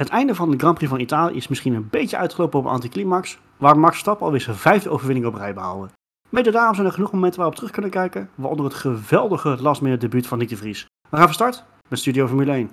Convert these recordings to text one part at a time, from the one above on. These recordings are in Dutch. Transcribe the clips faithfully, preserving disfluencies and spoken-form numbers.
Het einde van de Grand Prix van Italië is misschien een beetje uitgelopen op een anticlimax, waar Max Verstappen alweer zijn vijfde overwinning op rij behaalde. Mede daarom zijn er genoeg momenten waarop we terug kunnen kijken, waaronder het geweldige last-minute debuut van Nick de Vries. We gaan van start met Studio Formule één.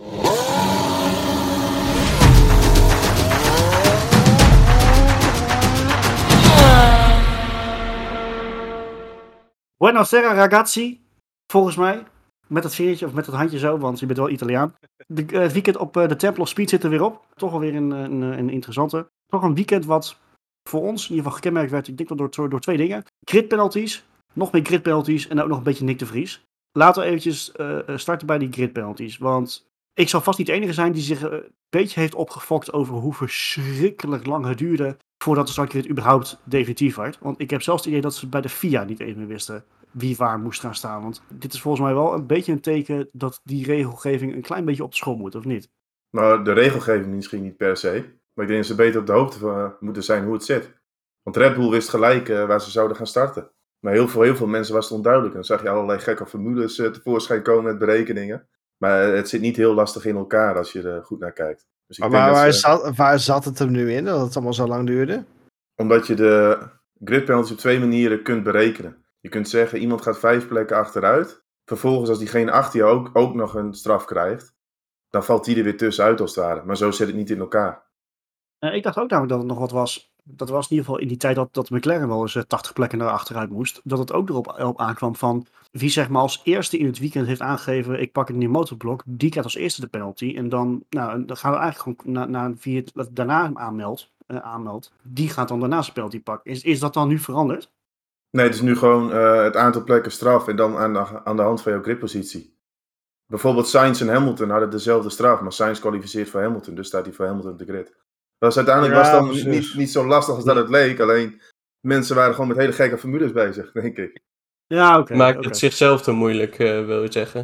Buonasera ragazzi, volgens mij. Met het vingertje of met het handje zo, want je bent wel Italiaan. De, uh, het weekend op uh, de Temple of Speed zit er weer op. Toch alweer een, een, een interessante. Toch een weekend wat voor ons in ieder geval gekenmerkt werd, ik denk wel door, door twee dingen. Grid penalties, nog meer grid penalties en ook nog een beetje Nick de Vries. Laten we eventjes uh, starten bij die grid penalties. Want ik zal vast niet de enige zijn die zich uh, een beetje heeft opgefokt over hoe verschrikkelijk lang het duurde voordat de startgrid überhaupt definitief werd. Want ik heb zelfs het idee dat ze bij de F I A niet even meer wisten wie waar moest gaan staan. Want dit is volgens mij wel een beetje een teken dat die regelgeving een klein beetje op de schop moet, of niet? Nou, de regelgeving misschien niet per se. Maar ik denk dat ze beter op de hoogte van, uh, moeten zijn hoe het zit. Want Red Bull wist gelijk uh, waar ze zouden gaan starten. Maar heel veel, heel veel mensen was het onduidelijk. En dan zag je allerlei gekke formules uh, tevoorschijn komen met berekeningen. Maar uh, het zit niet heel lastig in elkaar als je er goed naar kijkt. Dus ik maar denk waar, dat waar, ze, zat, waar zat het hem nu in, dat het allemaal zo lang duurde? Omdat je de grid penalties op twee manieren kunt berekenen. Je kunt zeggen, iemand gaat vijf plekken achteruit. Vervolgens, als diegene achter jou ook, ook nog een straf krijgt, dan valt die er weer tussenuit als het ware. Maar zo zit het niet in elkaar. Uh, ik dacht ook namelijk dat het nog wat was. Dat was in ieder geval in die tijd dat, dat McLaren wel eens uh, tachtig plekken naar achteruit moest. Dat het ook erop op aankwam van wie zeg maar als eerste in het weekend heeft aangegeven, ik pak het nieuwe motorblok, die krijgt als eerste de penalty. En dan, nou, dan gaan we eigenlijk gewoon naar, naar wie het daarna aanmeldt, uh, aanmeldt. Die gaat dan daarna zijn penalty pakken. Is, is dat dan nu veranderd? Nee, het is nu gewoon uh, het aantal plekken straf en dan aan de, aan de hand van jouw gridpositie. Bijvoorbeeld Sainz en Hamilton hadden dezelfde straf, maar Sainz kwalificeert voor Hamilton, dus staat hij voor Hamilton op de grid. Dat was uiteindelijk Ja, was dan precies. niet, niet zo lastig als dat het leek, alleen mensen waren gewoon met hele gekke formules bezig, denk ik. Ja, oké. Okay, Maakt okay. het zichzelf te moeilijk, uh, wil je zeggen.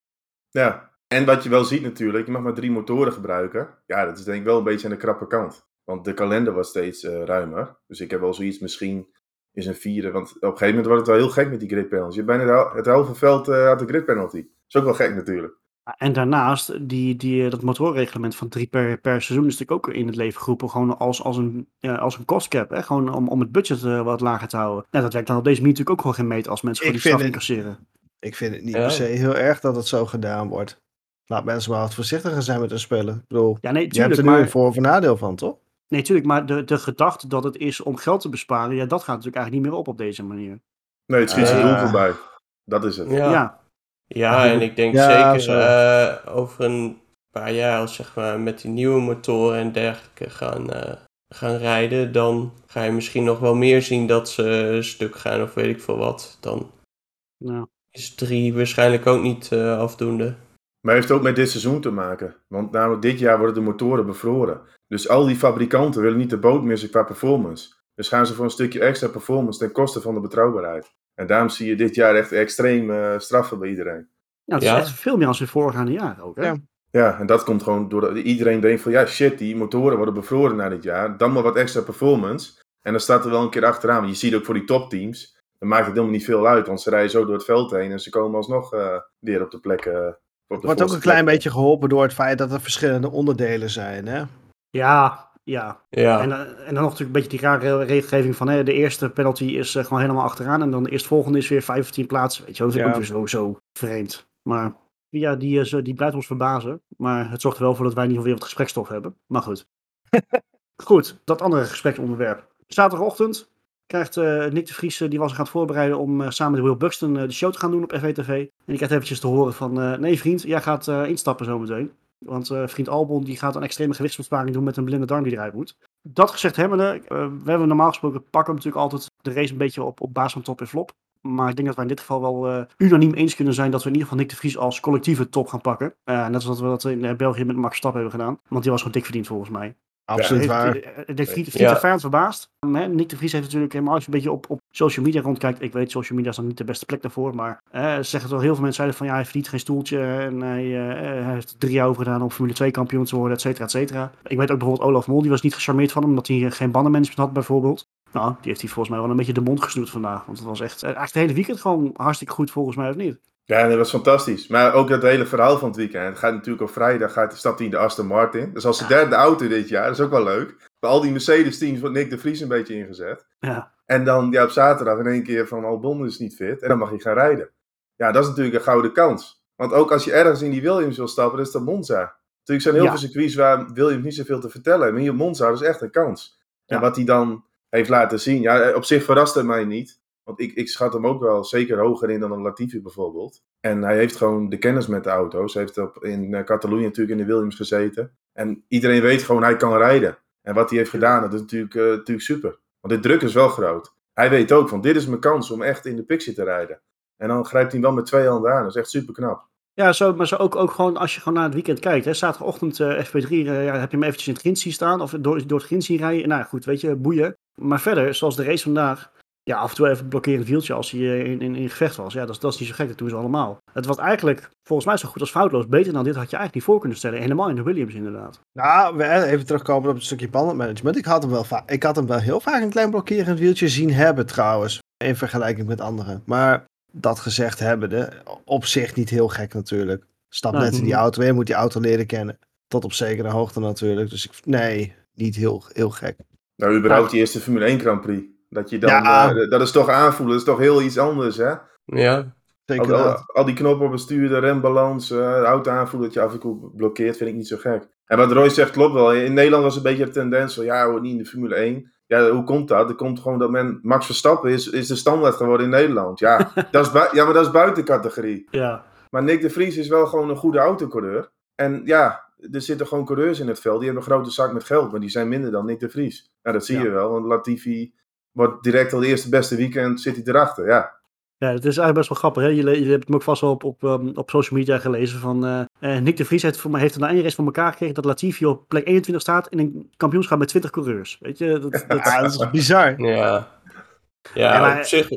Ja, en wat je wel ziet natuurlijk, je mag maar drie motoren gebruiken. Ja, dat is denk ik wel een beetje aan de krappe kant. Want de kalender was steeds uh, ruimer, dus ik heb wel zoiets misschien is een vierde, want op een gegeven moment wordt het wel heel gek met die grid penalty. Je hebt bijna het halve veld uh, uit de grid penalty. Dat is ook wel gek natuurlijk. En daarnaast, die, die, dat motorreglement van drie per, per seizoen is natuurlijk ook in het leven geroepen. Gewoon als, als een, ja, als een cost cap. Hè? Gewoon om, om het budget uh, wat lager te houden. Ja, dat werkt dan op deze manier natuurlijk ook gewoon geen meter als mensen gewoon die straf incasseren. Ik vind het niet Ja. per se heel erg dat het zo gedaan wordt. Laat mensen maar wat voorzichtiger zijn met hun spelen. Ik bedoel, Ja, nee, je hebt tuurlijk, er nu maar, een voor- of een nadeel van, toch? nee, tuurlijk, maar de, de gedachte dat het is om geld te besparen, ja, dat gaat natuurlijk eigenlijk niet meer op op deze manier. Nee, het schiet zijn Uh, doel voorbij. Dat is het. Ja, Ja, ja. ja en ik denk Ja, zeker uh, over een paar jaar, als zeg maar met die nieuwe motoren en dergelijke gaan, uh, gaan rijden, dan ga je misschien nog wel meer zien dat ze stuk gaan of weet ik veel wat. Dan nou. is drie waarschijnlijk ook niet uh, afdoende. Maar het heeft ook met dit seizoen te maken. Want namelijk dit jaar worden de motoren bevroren. Dus al die fabrikanten willen niet de boot missen qua performance. Dus gaan ze voor een stukje extra performance ten koste van de betrouwbaarheid. En daarom zie je dit jaar echt extreem uh, straffen bij iedereen. Ja, het Ja. is echt veel meer als in voorgaande jaren ook, hè? Ja. Ja, en dat komt gewoon doordat iedereen denkt van ja shit, die motoren worden bevroren na dit jaar. Dan maar wat extra performance. En dan staat er wel een keer achteraan. Want je ziet ook voor die topteams, dan maakt het helemaal niet veel uit. Want ze rijden zo door het veld heen en ze komen alsnog uh, weer op de plek. Uh, Het wordt ook een klein beetje geholpen door het feit dat er verschillende onderdelen zijn, hè? Ja, ja. Ja, En, uh, en dan nog natuurlijk een beetje die rare regelgeving van hè, de eerste penalty is uh, gewoon helemaal achteraan en dan de eerstvolgende is weer vijftien plaatsen. Weet je, dat is Ja. ook weer zo, zo vreemd. Maar ja, die, uh, die blijft ons verbazen. Maar het zorgt er wel voor dat wij in ieder geval weer wat gesprekstof hebben. Maar goed. Goed, dat andere gespreksonderwerp. Zaterdagochtend krijgt uh, Nick de Vries, uh, die was zich aan het voorbereiden om uh, samen met Will Buxton uh, de show te gaan doen op F één T V. En die krijgt eventjes te horen van, uh, nee vriend, jij gaat uh, instappen zometeen. Want uh, vriend Albon die gaat een extreme gewichtsbesparing doen met een blinde darm die eruit moet. Dat gezegd hebbende, uh, we hebben normaal gesproken, pakken we natuurlijk altijd de race een beetje op, op basis van top en flop. Maar ik denk dat wij in dit geval wel uh, unaniem eens kunnen zijn dat we in ieder geval Nick de Vries als collectieve top gaan pakken. Uh, net zoals we dat in uh, België met Max Verstappen hebben gedaan. Want die was gewoon dik verdiend volgens mij. Absoluut Ja, waar. heeft, heeft, heeft Vriend, Ja. de Vijand verbaasd. Um, hè, Nick de Vries heeft natuurlijk helemaal, als je een beetje op, op social media rondkijkt. Ik weet, social media is dan niet de beste plek daarvoor. Maar uh, zeggen het wel, heel veel mensen zeiden van ja, hij verdient geen stoeltje. En hij, uh, hij heeft er drie jaar over gedaan om Formule twee kampioen te worden, et cetera, et cetera. Ik weet ook bijvoorbeeld Olaf Mol, die was niet gecharmeerd van hem, omdat hij geen bandenmanagement had bijvoorbeeld. Nou, die heeft hij volgens mij wel een beetje de mond gesnoerd vandaag. Want het was echt, echt het hele weekend gewoon hartstikke goed volgens mij, of niet? Ja, dat was fantastisch. Maar ook dat hele verhaal van het weekend. Het gaat natuurlijk op vrijdag, gaat, stapt hij in de Aston Martin. Dat is al zijn derde auto dit jaar, dat is ook wel leuk. Bij al die Mercedes-teams wordt Nick de Vries een beetje ingezet. Ja. En dan ja, op zaterdag in één keer van Albon is niet fit. En dan mag hij gaan rijden. Ja, dat is natuurlijk een gouden kans. Want ook als je ergens in die Williams wil stappen, dan is dat Monza. Natuurlijk zijn heel Ja. veel circuits waar Williams niet zoveel te vertellen heeft. Maar hier op Monza, dat is echt een kans. En Ja. wat hij dan heeft laten zien. Ja, op zich verrast het mij niet. Want ik, ik schat hem ook wel zeker hoger in dan een Latifi bijvoorbeeld. En hij heeft gewoon de kennis met de auto's. Hij heeft op, in uh, Catalonië natuurlijk in de Williams gezeten. En iedereen weet gewoon, hij kan rijden. En wat hij heeft gedaan, dat is natuurlijk, uh, natuurlijk super. Want de druk is wel groot. Hij weet ook van, dit is mijn kans om echt in de pixie te rijden. En dan grijpt hij wel met twee handen aan. Dat is echt super knap. Ja, zo, maar zo ook, ook gewoon als je gewoon naar het weekend kijkt. Hè, zaterdagochtend uh, F P drie, uh, ja, heb je hem eventjes in het grind zien staan. Of door, door het grind zien rijden. Nou goed, weet je, boeien. Maar verder, zoals de race vandaag. Ja, af en toe even een blokkerend wieltje als hij uh, in, in, in gevecht was. Ja, dat, dat is niet zo gek, dat doen ze allemaal. Het was eigenlijk, volgens mij zo goed als foutloos. Beter dan dit had je eigenlijk niet voor kunnen stellen. Helemaal in de Williams inderdaad. Nou, we even terugkomen op het stukje bandenmanagement. Ik had hem wel, va- ik had hem wel heel vaak een klein blokkerend wieltje zien hebben trouwens. In vergelijking met anderen. Maar dat gezegd hebbende, op zich niet heel gek natuurlijk. Stap Nou, net in die auto in, moet die auto leren kennen. Tot op zekere hoogte natuurlijk. Dus ik, nee, niet heel, heel gek. Nou, überhaupt die eerste Formule één Grand Prix. Dat je dan, Ja. uh, dat is toch aanvoelen. Dat is toch heel iets anders, hè? Ja, Zeker Al, al, dat. al die knoppen op het stuur, de rembalans, uh, de auto aanvoelen dat je af en toe blokkeert, vind ik niet zo gek. En wat Roy zegt klopt wel. In Nederland was een beetje de tendens van, ja, we niet in de Formule één. Ja, hoe komt dat? Er komt gewoon dat men, Max Verstappen is, is de standaard geworden in Nederland. Ja, dat is bui- ja, maar dat is buiten categorie. Ja, Maar Nick de Vries is wel gewoon een goede autocoureur. En ja, er zitten gewoon coureurs in het veld. Die hebben een grote zak met geld, maar die zijn minder dan Nick de Vries. Nou, dat zie Ja. je wel. Want Latifi wordt direct al de eerste beste weekend, zit hij erachter. Ja, ja, het is eigenlijk best wel grappig. Hè? Je, le- je hebt hem ook vast wel op, op, um, op social media gelezen. Van, uh, uh, Nick de Vries heeft, voor mij, heeft er na één race van elkaar gekregen dat Latifi op plek eenentwintig staat in een kampioenschap met twintig coureurs. Weet je, dat, dat, Ja, dat is bizar. ja. Ja, Ja, maar- op zich.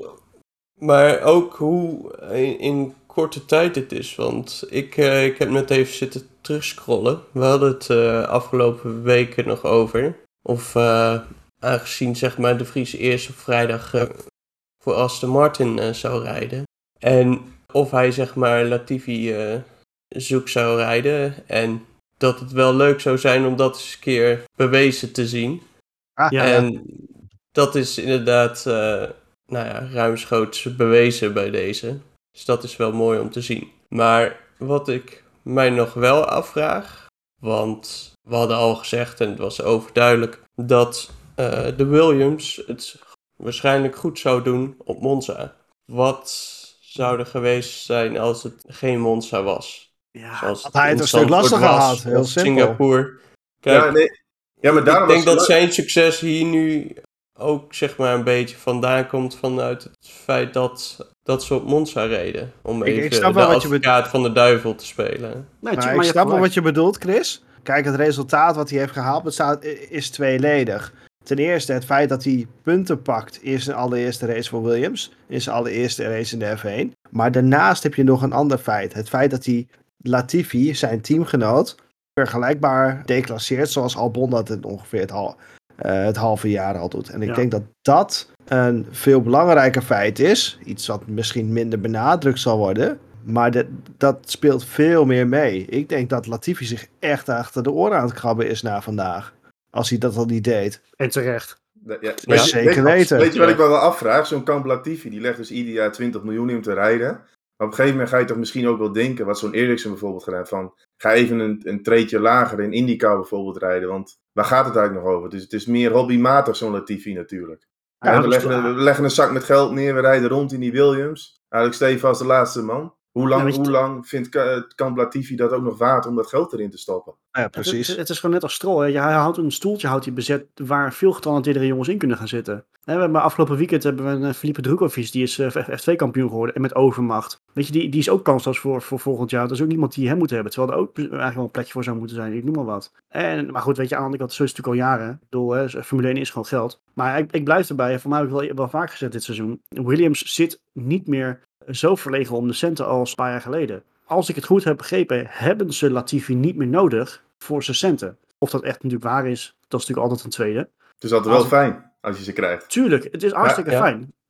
Maar ook hoe in, in korte tijd dit is. Want ik, uh, ik heb net even zitten terugscrollen. We hadden het uh, afgelopen weken nog over. Of uh, aangezien zeg maar de Vries eerst op vrijdag uh, voor Aston Martin uh, zou rijden. En of hij zeg maar Latifi uh, zoek zou rijden. En dat het wel leuk zou zijn om dat eens een keer bewezen te zien. Ah, Ja. En dat is inderdaad uh, nou ja, ruimschoots bewezen bij deze. Dus dat is wel mooi om te zien. Maar wat ik mij nog wel afvraag, want we hadden al gezegd en het was overduidelijk dat uh, de Williams het waarschijnlijk goed zou doen op Monza. Wat zou er geweest zijn als het geen Monza was? ja, Zoals had hij het in een stuk Zandvoort lastiger was, gehad, heel of simpel. Singapore. Kijk, ja, nee. ja maar daarom ik denk was dat het leuk. zijn succes hier nu ook zeg maar een beetje vandaan komt vanuit het feit dat, dat ze op Monza reden. Om Ik- ik even snap de wel wat je advocaat van de duivel te spelen. nee, Maar maar ik je snap hebt wel wat gelijk. je bedoelt, Chris. Kijk, het resultaat wat hij heeft gehaald het staat, is tweeledig. Ten eerste het feit dat hij punten pakt in zijn allereerste race voor Williams. In zijn allereerste race in de F één. Maar daarnaast heb je nog een ander feit. Het feit dat hij Latifi, zijn teamgenoot, vergelijkbaar declasseert zoals Albon dat het ongeveer het, hal, uh, het halve jaar al doet. En ik Ja. denk dat dat een veel belangrijker feit is. Iets wat misschien minder benadrukt zal worden. Maar dat, dat speelt veel meer mee. Ik denk dat Latifi zich echt achter de oren aan het krabben is na vandaag. Als hij dat al niet deed. En terecht. Ja, ja. Ja, zeker weet, weten. Weet je wat Ja. ik wel wel afvraag? Zo'n Camp Latifi, die legt dus ieder jaar twintig miljoen in om te rijden. Maar op een gegeven moment ga je toch misschien ook wel denken, wat zo'n Ericsson bijvoorbeeld gedaan heeft, van ga even een, een treetje lager in IndyCar bijvoorbeeld rijden. Want waar gaat het eigenlijk nog over? Dus het is meer hobbymatig zo'n Latifi natuurlijk. Ja, Ja, we, dat is leggen, waar. we leggen een zak met geld neer, we rijden rond in die Williams. Eigenlijk Steven als de laatste man. Hoe lang, Ja, weet je, hoe lang vindt Ka- Camp Latifi dat ook nog waard om dat geld erin te stoppen? Ja, Het, precies. het, het is gewoon net als Stroll. Hè. Ja, hij houdt een stoeltje houdt hij bezet waar veel getalenteerdere jongens in kunnen gaan zitten. Hè, we hebben afgelopen weekend hebben we een uh, Felipe Drukovic, die is uh, F twee kampioen geworden en met overmacht. Weet je, die, die is ook kansloos voor, voor volgend jaar. Dat is ook niemand die hem moet hebben. Terwijl er ook eigenlijk wel een plekje voor zou moeten zijn. Ik noem maar wat. En, maar goed, weet je, aan de andere kant, zo is het natuurlijk al jaren. Ik bedoel, hè, Formule één is gewoon geld. Maar ik, ik blijf erbij. Voor mij heb ik wel, wel vaak gezegd dit seizoen. Williams zit niet meer zo verlegen om de centen als een paar jaar geleden. Als ik het goed heb begrepen, hebben ze Latifi niet meer nodig voor zijn centen. Of dat echt natuurlijk waar is, dat is natuurlijk altijd een tweede. Het is altijd Als- wel fijn als je ze krijgt. Tuurlijk, het is hartstikke Ja, ja. fijn.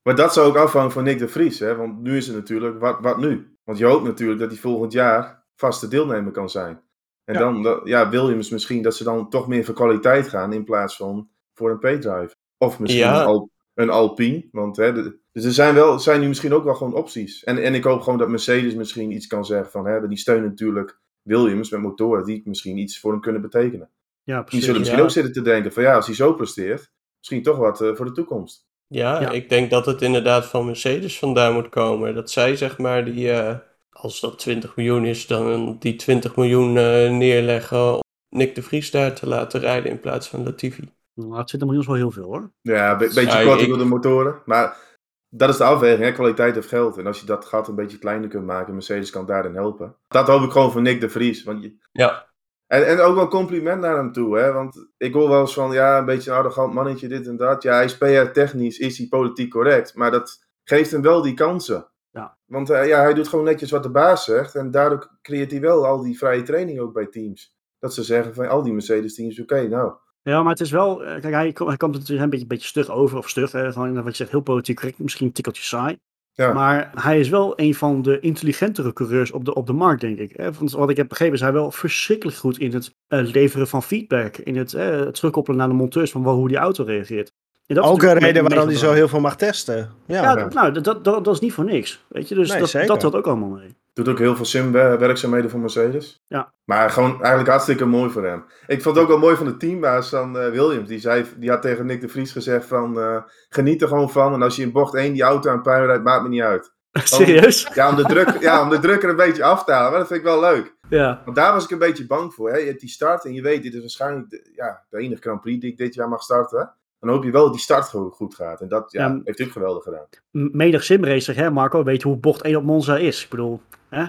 Maar dat zou ook afhangen van Nick de Vries. Hè? Want nu is het natuurlijk, wat, wat nu? Want je hoopt natuurlijk dat hij volgend jaar vaste deelnemer kan zijn. En Ja. dan, dat- ja, Williams misschien, dat ze dan toch meer voor kwaliteit gaan in plaats van voor een P-drive. Of misschien Ja. een, Al, een Alpine. Want hè, de, dus er zijn, wel, zijn nu misschien ook wel gewoon opties. En, en ik hoop gewoon dat Mercedes misschien iets kan zeggen van, hè, die steunen natuurlijk Williams met motoren die misschien iets voor hem kunnen betekenen. Ja, Die precies. zullen misschien Ja. ook zitten te denken van, ja, als hij zo presteert, misschien toch wat uh, voor de toekomst. Ja, Ja. ik denk dat het inderdaad van Mercedes vandaan moet komen. Dat zij zeg maar die, eh, als dat twintig miljoen is, dan die twintig miljoen eh, neerleggen om Nick de Vries daar te laten rijden in plaats van Latifi. Nou, twintig miljoen is wel heel veel hoor. Ja, een be- beetje Ja, korting ik- op de motoren. Maar dat is de afweging, hè? Kwaliteit of geld. En als je dat gat een beetje kleiner kunt maken, Mercedes kan daarin helpen. Dat hoop ik gewoon van Nick de Vries. Want je... Ja. en, en ook wel compliment naar hem toe. Hè? Want ik hoor wel eens van, ja, een beetje een arrogant mannetje, dit en dat. Ja, hij is P R-technisch, is hij politiek correct. Maar dat geeft hem wel die kansen. Ja. Want uh, ja, hij doet gewoon netjes wat de baas zegt. En daardoor creëert hij wel al die vrije training ook bij teams. Dat ze zeggen van, al die Mercedes-teams, oké, okay, nou... Ja, maar het is wel... eh, Kijk, hij, kom- hij komt natuurlijk een beetje, een beetje stug over. Of stug, hè, gewoon, wat je zegt, heel politiek correct. Misschien een tikkeltje saai. Ja. Maar hij is wel een van de intelligentere coureurs op de, op de markt, denk ik. Hè? Want wat ik heb begrepen is hij wel verschrikkelijk goed in het uh, leveren van feedback. In het uh, terugkoppelen naar de monteurs van wel, hoe die auto reageert. En dat is Ook een natuurlijk reden me- waarom hij zo meegedragen. heel veel mag testen. Ja, Ja, Ja. d- nou, dat, dat, dat, dat is niet voor niks. Weet je, dus Nee, dat, zeker. dat telt ook allemaal mee. Doet ook heel veel sim-werkzaamheden voor Mercedes. Ja. Maar gewoon eigenlijk hartstikke mooi voor hem. Ik vond het ook wel mooi van de teambaas van uh, Williams. Die, zei, die had tegen Nick de Vries gezegd van... Uh, geniet er gewoon van. En als je in bocht één die auto aan puin rijdt, maakt me niet uit. Serieus? Ja, om de druk, ja, om de druk er een beetje af te halen. Maar dat vind ik wel leuk. Ja. Want daar was ik een beetje bang voor. Hè? Je hebt die start en je weet, dit is waarschijnlijk de, ja, de enige Grand Prix die ik dit jaar mag starten. Hè? Dan hoop je wel dat die start gewoon goed gaat. En dat ja, Ja. heeft hij ook geweldig gedaan. M- Menig simracer, hè Marco, weet je hoe bocht één op Monza is? Ik bedoel, hè?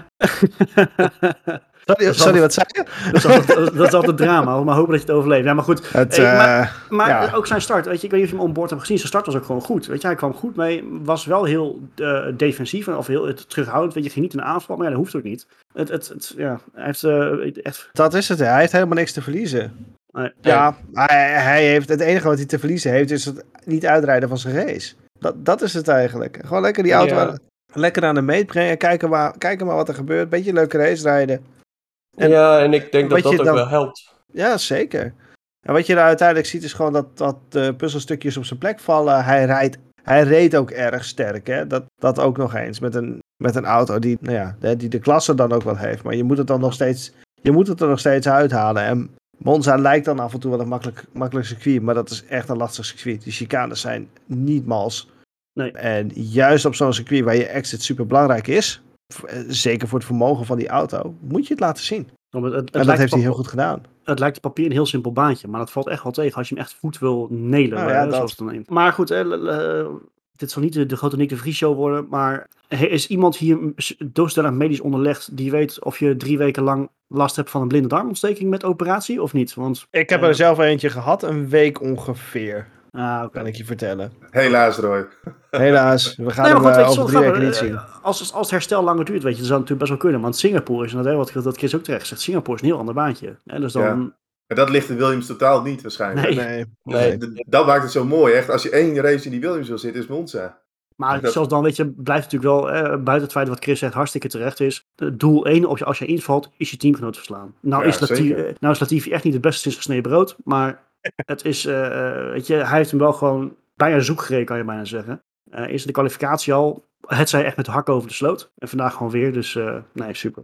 Sorry, Dat is sorry altijd- wat zei je? dat, is altijd, dat is- dat is altijd drama, maar hopen dat je het overleeft. Ja, maar goed, Het, Hey, maar- eh, maar ja. ook zijn start, weet je, ik weet niet of je hem onboard hebt gezien, zijn start was ook gewoon goed. Weet je, hij kwam goed mee, was wel heel uh, defensief of heel uh, terughoudend, weet je, ging niet in de aanval, maar ja, dat hoeft ook niet. Het, het, het, ja, hij heeft uh, echt... Dat is het, hè. Hij heeft helemaal niks te verliezen. Nee. Ja, hij, hij heeft, het enige wat hij te verliezen heeft, is het niet uitrijden van zijn race. Dat, dat is het eigenlijk. Gewoon lekker die auto Ja. aan, lekker aan de meet brengen, kijken, waar, kijken maar wat er gebeurt. Beetje leuke race rijden. En ja, en ik denk dat wat dat je ook dan- wel helpt. Ja, zeker. En wat je daar uiteindelijk ziet is gewoon dat, dat de puzzelstukjes op zijn plek vallen. Hij rijdt, hij reed ook erg sterk, hè. Dat, dat ook nog eens. Met een, met een auto die, nou ja, de- die de klasse dan ook wel heeft. Maar je moet het dan nog steeds, je moet het er nog steeds uithalen. En Monza lijkt dan af en toe wel een makkelijk, makkelijk circuit. Maar dat is echt een lastig circuit. Die chicanes zijn niet mals. Nee. En juist op zo'n circuit waar je exit super belangrijk is. v- eh, Zeker voor het vermogen van die auto. Moet je het laten zien. Het, het, het, En dat lijkt heeft hij op- heel goed gedaan. Het lijkt op papier een heel simpel baantje, maar dat valt echt wel tegen als je hem echt goed wil nelen. Nou hè, ja, dat. zoals het dan heet. Maar goed, hè, l- l- dit zal niet de, de grote Nick de Vries show worden, maar er is iemand hier dusdanig medisch onderlegd die weet of je drie weken lang last hebt van een blinde darmontsteking met operatie of niet? Want, Ik heb eh, er zelf eentje gehad, een week ongeveer, ah, oké. kan ik je vertellen. Helaas, Roy. Helaas, we gaan Nee, maar hem goed, eh, weet je, over zo drie grappig, weken niet eh, zien. Als, als, als het herstel langer duurt, weet je, dat zou natuurlijk best wel kunnen. Want Singapore is inderdaad, wat dat Chris ook terecht zegt, Singapore is een heel ander baantje. Hè, dus dan, Ja. En dat ligt de Williams totaal niet waarschijnlijk. Nee. Nee, Nee. D- Dat maakt het zo mooi, echt. Als je één race in die Williams wil zitten, is Monza. Maar Dat- zelfs dan, weet je, blijft natuurlijk wel, eh, buiten het feit wat Chris zegt, hartstikke terecht is. eh, Doel één, als je, als je invalt, is je teamgenoot verslaan. Nou, Ja, is Latifi, zeker. eh, nou is Latifi echt niet het beste sinds gesneden brood. Maar het is, eh, eh, weet je, hij heeft hem wel gewoon bijna zoek gereden, kan je bijna zeggen. Eh is de kwalificatie al, het zij echt met de hak over de sloot. En vandaag gewoon weer, dus eh, nee, super.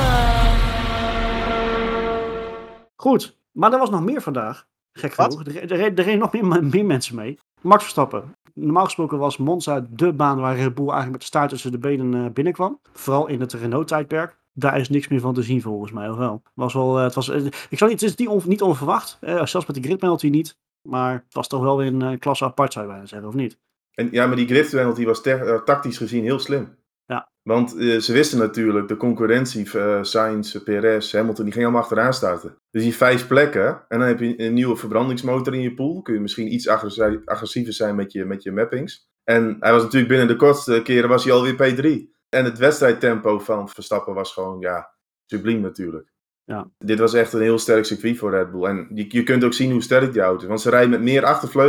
Goed, maar er was nog meer vandaag. Gek Wat? genoeg. Er, er, er reden nog meer, meer mensen mee. Max Verstappen. Normaal gesproken was Monza de baan waar Red Bull eigenlijk met de staart tussen de benen uh, binnenkwam. Vooral in het Renault-tijdperk. Daar is niks meer van te zien volgens mij, of wel? Was wel uh, het, was, uh, ik zal niet, het is niet, on, niet onverwacht. Uh, zelfs met de grid penalty niet. Maar het was toch wel weer een uh, klasse apart, zou je bijna zeggen, of niet? En ja, maar die grid penalty was te- uh, tactisch gezien heel slim. Ja. Want uh, ze wisten natuurlijk, de concurrentie, uh, Sainz, Perez, Hamilton, die gingen allemaal achteraan starten. Dus die vijf plekken, en dan heb je een nieuwe verbrandingsmotor in je pool. Kun je misschien iets agressi- agressiever zijn met je, met je mappings. En hij was natuurlijk binnen de kortste keren was hij alweer P drie. En het wedstrijdtempo van Verstappen was gewoon, ja, subliem natuurlijk. Ja. Dit was echt een heel sterk circuit voor Red Bull. En je, je kunt ook zien hoe sterk die auto is. Want ze rijden met meer achtervleugel.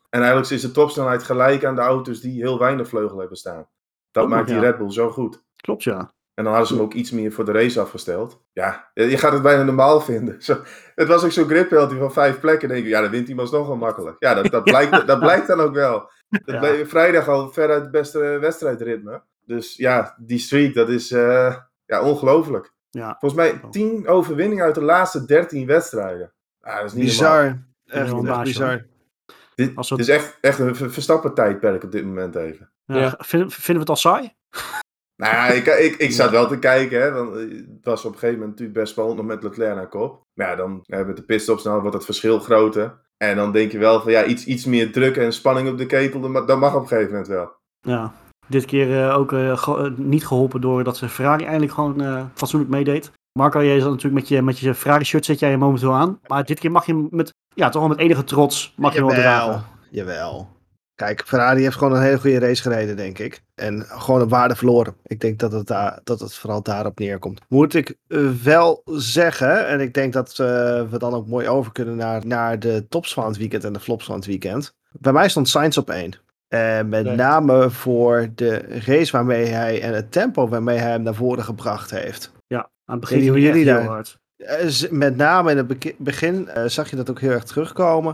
En eigenlijk is de topsnelheid gelijk aan de auto's die heel weinig vleugel hebben staan. Dat Ook maakt nog, die ja. Red Bull zo goed. Klopt, ja. En dan hadden ze hem ook iets meer voor de race afgesteld. Ja, je gaat het bijna normaal vinden. Zo, het was ook zo'n grid penalty van vijf plekken. Dan denk je, ja, dan wint hij nog wel makkelijk. Ja, dat, dat, blijkt, dat blijkt dan ook wel. Dat Ja. bleef vrijdag al veruit het beste wedstrijdritme. Dus ja, die streak, dat is uh, ja, ongelooflijk. Ja. Volgens mij tien overwinningen uit de laatste dertien wedstrijden. Ah, dat is niet Bizar. normaal. Echt, Heel een echt baasje, bizar. Dit, Als we- dit is echt, echt een Verstappen tijdperk op dit moment even. Ja. Ja. Vinden, vinden we het al saai? Nou ja, ik, ik, ik zat wel te kijken, hè, want het was op een gegeven moment natuurlijk best spannend nog met Leclerc naar kop. Maar ja, dan ja, met de pitstops dan wordt het verschil groter. En dan denk je wel van ja, iets, iets meer druk en spanning op de ketel, dat ma- dat mag op een gegeven moment wel. Ja. Dit keer uh, ook uh, ge- uh, niet geholpen door dat Ferrari eindelijk gewoon uh, fatsoenlijk meedeed. Marco, jij zat natuurlijk met je, met je Ferrari-shirt zet jij je momenteel aan. Maar dit keer mag je hem met, ja, toch wel met enige trots mag je hem wel dragen. Jawel. Kijk, Ferrari heeft gewoon een hele goede race gereden, denk ik. En gewoon een waarde verloren. Ik denk dat het, daar, dat het vooral daarop neerkomt. Moet ik uh, wel zeggen, en ik denk dat uh, we dan ook mooi over kunnen naar, naar de tops van het weekend en de flops van het weekend. Bij mij stond Sainz op één. En met Nee. name voor de race waarmee hij en het tempo waarmee hij hem naar voren gebracht heeft. Ja, aan het begin Weet je ging hoe hij echt jullie heel daar- hard. Uh, z- met name in het beki- begin uh, zag je dat ook heel erg terugkomen.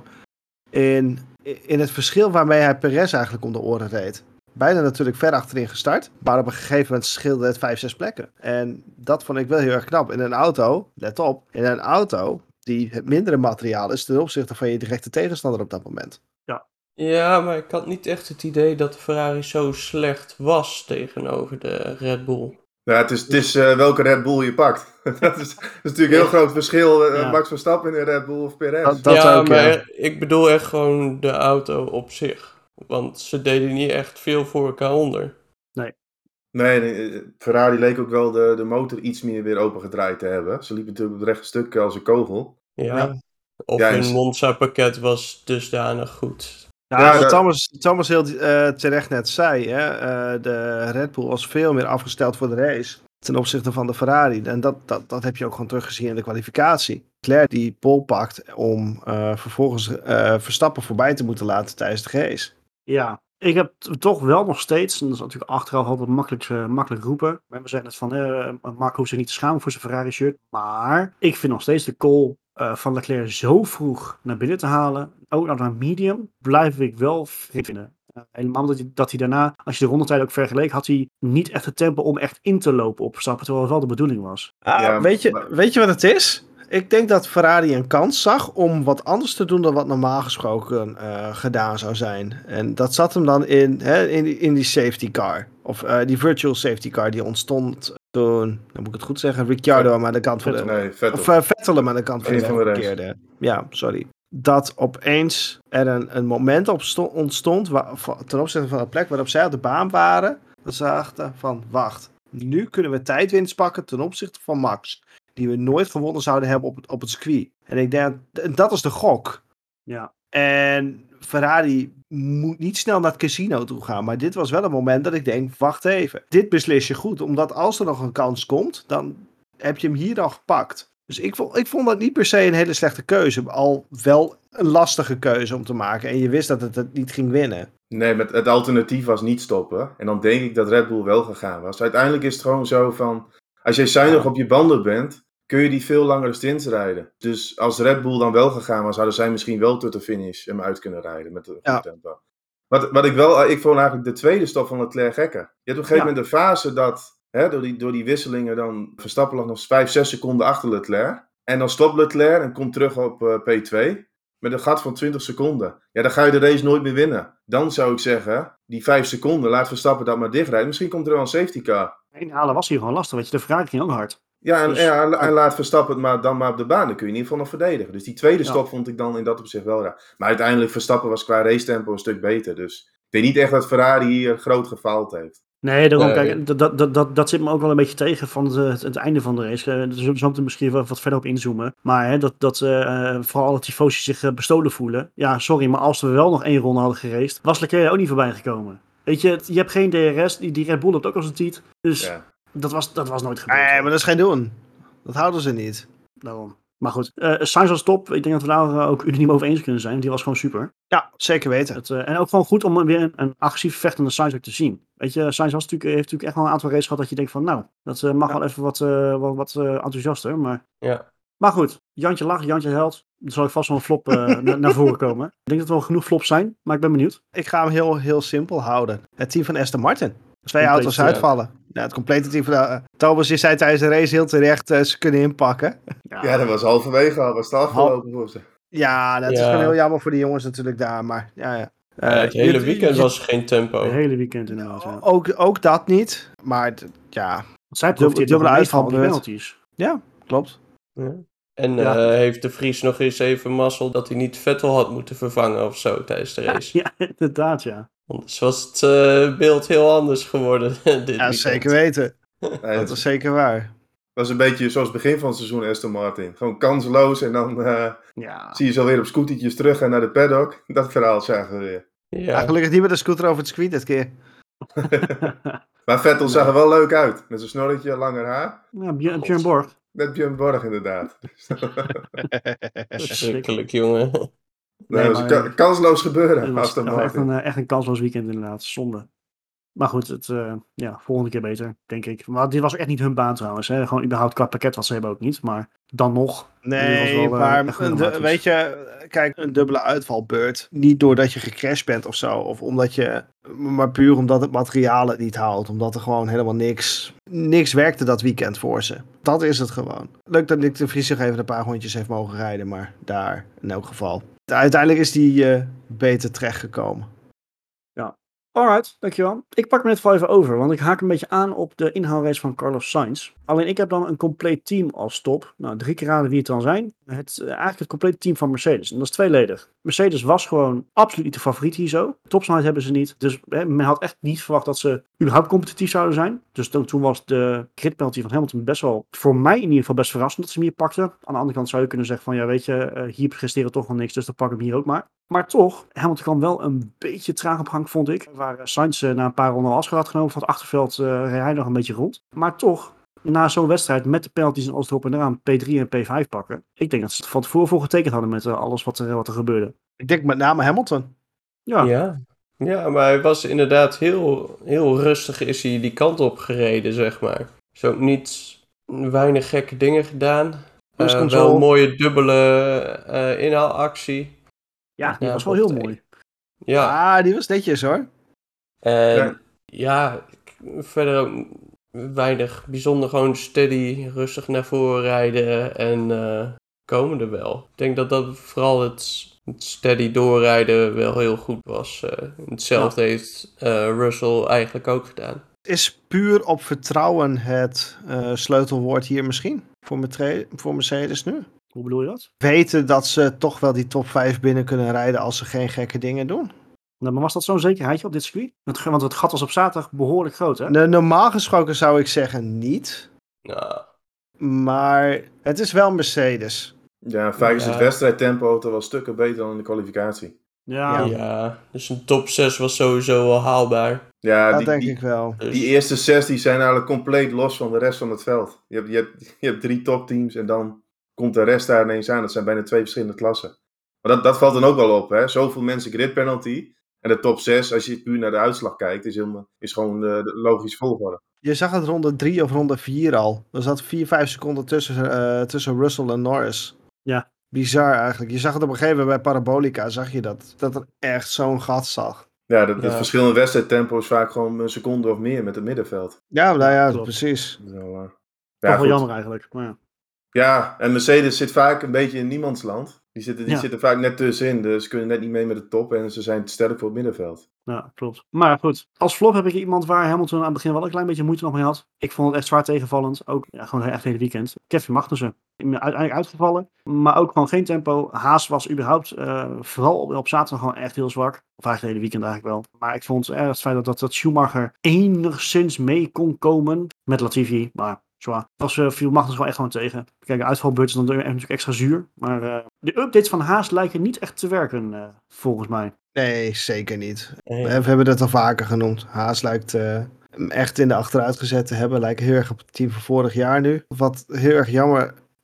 In, in het verschil waarmee hij Perez eigenlijk om de oren reed. Bijna natuurlijk ver achterin gestart. Maar op een gegeven moment scheelde het vijf, zes plekken. En dat vond ik wel heel erg knap. In een auto, let op, in een auto die het mindere materiaal is ten opzichte van je directe tegenstander op dat moment. Ja, maar ik had niet echt het idee dat de Ferrari zo slecht was tegenover de Red Bull. Nou, het is, het is uh, welke Red Bull je pakt. dat, is, dat is natuurlijk een heel groot verschil. Uh, Ja. Max Verstappen in een Red Bull of Perez. Dat- dat ja, ook, maar ja. ik bedoel echt gewoon de auto op zich. Want ze deden niet echt veel voor elkaar onder. Nee, nee, Ferrari leek ook wel de, de motor iets meer weer opengedraaid te hebben. Ze liepen natuurlijk op het rechte stuk als een kogel. Ja. Ja. Of Ja, hun en- Monza-pakket was dusdanig goed. Ja, Ja, wat dat- Thomas, Thomas heel uh, terecht net zei. Hè? Uh, de Red Bull was veel meer afgesteld voor de race. Ten opzichte van de Ferrari. En dat, dat, dat heb je ook gewoon teruggezien in de kwalificatie. Leclerc die pole pakt om uh, vervolgens uh, Verstappen voorbij te moeten laten tijdens de race. Ja, ik heb t- toch wel nog steeds, en dat is natuurlijk achteraf altijd makkelijk, uh, makkelijk roepen. Maar we zeggen het van, uh, Mark hoeft zich niet te schamen voor zijn Ferrari-shirt. Maar ik vind nog steeds de call uh, van Leclerc zo vroeg naar binnen te halen. Ook naar een medium, blijf ik wel vreemd vinden. Uh, helemaal dat hij, dat hij daarna, als je de rondetijd ook vergeleek, had hij niet echt het tempo om echt in te lopen op Verstappen. Terwijl het wel de bedoeling was. Ah, Ja, weet, je, maar- weet je wat het is? Ik denk dat Ferrari een kans zag om wat anders te doen dan wat normaal gesproken uh, gedaan zou zijn. En dat zat hem dan in, hè, in, die, in die safety car. Of uh, die virtual safety car die ontstond toen, dan moet ik het goed zeggen, Ricciardo aan de kant van de... Nee, Vettel. Of uh, Vettel aan de kant van Een de van de race. verkeerde. Ja, sorry. Dat opeens er een, een moment op sto- ontstond waar, ten opzichte van de plek waarop zij op de baan waren. Dat ze dachten van, wacht, nu kunnen we tijdwinst pakken ten opzichte van Max. Die we nooit gewonnen zouden hebben op het, op het circuit. En ik denk, dat is de gok. Ja, En Ferrari moet niet snel naar het casino toe gaan. Maar dit was wel een moment dat ik denk, wacht even. Dit beslis je goed. Omdat als er nog een kans komt, dan heb je hem hier al gepakt. Dus ik vond, ik vond dat niet per se een hele slechte keuze. Al wel een lastige keuze om te maken. En je wist dat het het niet ging winnen. Nee, met het alternatief was niet stoppen. En dan denk ik dat Red Bull wel gegaan was. Uiteindelijk is het gewoon zo van, als jij zuinig op je banden bent, kun je die veel langere stints rijden. Dus als Red Bull dan wel gegaan was, hadden zij misschien wel tot de finish hem uit kunnen rijden met een Ja. goed tempo. Wat, wat ik wel, ik vond eigenlijk de tweede stop van Leclerc gekker. Je hebt op een gegeven Ja. moment een fase dat, hè, door, die, door die wisselingen, dan Verstappen lag nog vijf, zes seconden achter Leclerc. En dan stopt Leclerc en komt terug op uh, P twee. Met een gat van twintig seconden. Ja, dan ga je de race nooit meer winnen. Dan zou ik zeggen, die vijf seconden, laat Verstappen dat maar dichtrijden. Misschien komt er wel een safety car. inhalen was hier gewoon lastig. Weet je, de Ferrari ging ook hard. Ja, en, Dus- ja, en- en laat Verstappen het maar, dan maar op de baan. Dan kun je in ieder geval nog verdedigen. Dus die tweede Ja. stop vond ik dan in dat opzicht wel raar. Maar uiteindelijk, Verstappen was qua racetempo een stuk beter. Dus ik denk niet echt dat Ferrari hier groot gefaald heeft. Nee, daarom, Nee. kijk, dat, dat, dat, dat, dat zit me ook wel een beetje tegen van het, het, het einde van de race. Uh, Daar zullen we misschien wel wat verder op inzoomen. Maar hè, dat, dat uh, vooral alle tifosi zich uh, bestolen voelen. Ja, sorry, maar als we wel nog één ronde hadden geraced, was Leclerc ook niet voorbij gekomen. Weet je, je hebt geen D R S, die, die Red Bull hebt ook als een tiet. Dus Ja. dat, was, dat was nooit gebeurd. Nee, maar dat is geen doen. Dat houden ze niet. Daarom. Maar goed, uh, Sainz was top. Ik denk dat we daar uh, ook unaniem over eens kunnen zijn. Die was gewoon super. Ja, zeker weten. Het, uh, en ook gewoon goed om weer een, een agressief vechtende Sainz ook te zien. Weet je, Sainz was natuurlijk, heeft natuurlijk echt wel een aantal races gehad dat je denkt van, nou, dat uh, mag ja. wel even wat, uh, wat, wat uh, enthousiaster. Maar... Ja. maar goed, Jantje lacht, Jantje huilt. Er zal ik vast wel een flop uh, na, naar voren komen. Ik denk dat er wel genoeg flops zijn, maar ik ben benieuwd. Ik ga hem heel, heel simpel houden. Het team van Aston Martin. Twee Compleet, auto's uitvallen. Ja. Ja, het complete team van de, uh, Thomas is zei tijdens de race heel terecht uh, ze kunnen inpakken. Ja, ja, dat was halverwege al. Was het afgelopen voor ze. Ja, dat ja. is gewoon heel jammer voor de jongens natuurlijk daar. Maar ja, ja. Uh, ja het hele weekend je, was geen tempo. Het hele weekend inderdaad. Ja. Ook, ook dat niet. Maar d- ja. Want zij profiteert dubbele uitval die penalties. Ja, klopt. Ja. En ja. Uh, heeft de Vries nog eens even mazzel dat hij niet Vettel had moeten vervangen of zo tijdens de race. Ja, ja inderdaad ja. Anders was het uh, beeld heel anders geworden dit Ja, weekend. Zeker weten. Nee, dat is zeker waar. Dat was een beetje zoals het begin van het seizoen Aston Martin. Gewoon kansloos en dan uh, ja. zie je ze alweer op scootertjes terug en naar de paddock. Dat verhaal zagen we weer. Ja. Ja, gelukkig niet met een scooter over het circuit dit keer. Maar Vettel zag er wel leuk uit. Met zijn snorretje, langer haar. Ja, Björn, Björn Borg. Met Björn Borg inderdaad. Verschrikkelijk jongen. Nee, nee, dat was een kansloos gebeuren. Het was echt een, echt een kansloos weekend inderdaad. Zonde. Maar goed, het, uh, ja, volgende keer beter, denk ik. Maar dit was echt niet hun baan trouwens. Hè. Gewoon überhaupt qua pakket wat ze hebben ook niet. Maar dan nog. Nee, wel, maar uh, de, weet je, kijk, een dubbele uitvalbeurt. Niet doordat je gecrashed bent of zo. Of omdat je, maar puur omdat het materiaal het niet haalt. Omdat er gewoon helemaal niks, niks werkte dat weekend voor ze. Dat is het gewoon. Leuk dat Nick de Vries zich even een paar rondjes heeft mogen rijden. Maar daar, in elk geval. Uiteindelijk is die uh, beter terechtgekomen. Ja. Alright, dankjewel. Ik pak me net wel even over, want ik haak een beetje aan op de inhaalrace van Carlos Sainz. Alleen ik heb dan een compleet team als top. Nou, drie keer raden wie het dan zijn. Het, uh, eigenlijk het complete team van Mercedes. En dat is tweeledig. Mercedes was gewoon absoluut niet de favoriet hier zo. Topsnelheid hebben ze niet. Dus hè, men had echt niet verwacht dat ze überhaupt competitief zouden zijn. Dus toen, toen was de grid penalty van Hamilton best wel, voor mij in ieder geval best verrassend dat ze hem hier pakten. Aan de andere kant zou je kunnen zeggen van, ja weet je, uh, hier presteren toch wel niks, dus dan pak ik hem hier ook maar. Maar toch, Hamilton kwam wel een beetje traag op gang, vond ik. Waar Sainz uh, na een paar ronden afscheid had genomen van het achterveld, uh, reed hij nog een beetje rond. Maar toch, na zo'n wedstrijd met de penalties en alles erop en eraan P drie en P vijf pakken. Ik denk dat ze van tevoren voor getekend hadden met uh, alles wat er, wat er gebeurde. Ik denk met name Hamilton. Ja. Ja, ja maar hij was inderdaad heel, heel rustig is hij die kant op gereden, zeg maar. Is ook niet weinig gekke dingen gedaan. Uh, wel een mooie dubbele uh, inhaalactie. Ja, die ja, was wel heel mooi. Ja, ah, die was netjes hoor. En ja, ja verder ook weinig bijzonder. Gewoon steady, rustig naar voren rijden en uh, komen er wel. Ik denk dat dat vooral het, het steady doorrijden wel heel goed was. Uh, hetzelfde ja. heeft uh, Russell eigenlijk ook gedaan. Is puur op vertrouwen het uh, sleutelwoord hier misschien? Voor, Metre- voor Mercedes nu? Hoe bedoel je dat? Weten dat ze toch wel die top vijf binnen kunnen rijden als ze geen gekke dingen doen. Nou, maar was dat zo'n zekerheidje op dit circuit? Want het gat was op zaterdag behoorlijk groot, hè? Nou, normaal gesproken zou ik zeggen niet. Nou. Maar het is wel Mercedes. Ja, vaak is ja. het wedstrijdtempo toch wel stukken beter dan in de kwalificatie. Ja, ja. ja, dus een top zes was sowieso wel haalbaar. Ja, dat die, denk die, ik wel. Die dus... eerste zes die zijn eigenlijk compleet los van de rest van het veld. Je hebt, je hebt, je hebt drie topteams en dan komt de rest daar ineens aan. Dat zijn bijna twee verschillende klassen. Maar dat, dat valt dan ook wel op, hè. Zoveel mensen grid penalty. En de top zes, als je puur naar de uitslag kijkt, is, helemaal, is gewoon de, de logische volgorde. Je zag het ronde drie of ronde vier al. Er zat vier, vijf seconden tussen, uh, tussen Russell en Norris. Ja. Bizar eigenlijk. Je zag het op een gegeven moment bij Parabolica, zag je dat. Dat er echt zo'n gat zag. Ja, dat, het ja. verschil in wedstrijdtempo is vaak gewoon een seconde of meer met het middenveld. Ja, nou ja, ja precies. Zo, uh, ja, toch wel jammer eigenlijk. Maar ja. ja, en Mercedes zit vaak een beetje in niemandsland. Die zitten, die ja. zitten vaak net tussenin, dus ze kunnen net niet mee met de top en ze zijn te sterk voor het middenveld. Ja, klopt. Maar goed, als flop heb ik iemand waar Hamilton aan het begin wel een klein beetje moeite nog mee had. Ik vond het echt zwaar tegenvallend. Ook ja, gewoon echt het hele weekend. Kevin Magnussen. Uiteindelijk uitgevallen. Maar ook gewoon geen tempo. Haas was überhaupt, uh, vooral op, op zaterdag gewoon echt heel zwak. Of eigenlijk het hele weekend eigenlijk wel. Maar ik vond erg het feit dat, dat, dat Schumacher enigszins mee kon komen met Latifi. Maar zwaar. Was uh, viel Magnus gewoon echt gewoon tegen. Kijk, de uitvalbeurt is dan natuurlijk extra zuur. Maar uh, de updates van Haas lijken niet echt te werken, uh, volgens mij. Nee, zeker niet. Nee. We hebben het al vaker genoemd. Haas lijkt uh, echt in de achteruit gezet te hebben. Lijkt heel erg op het team van vorig jaar nu. Wat heel erg jammer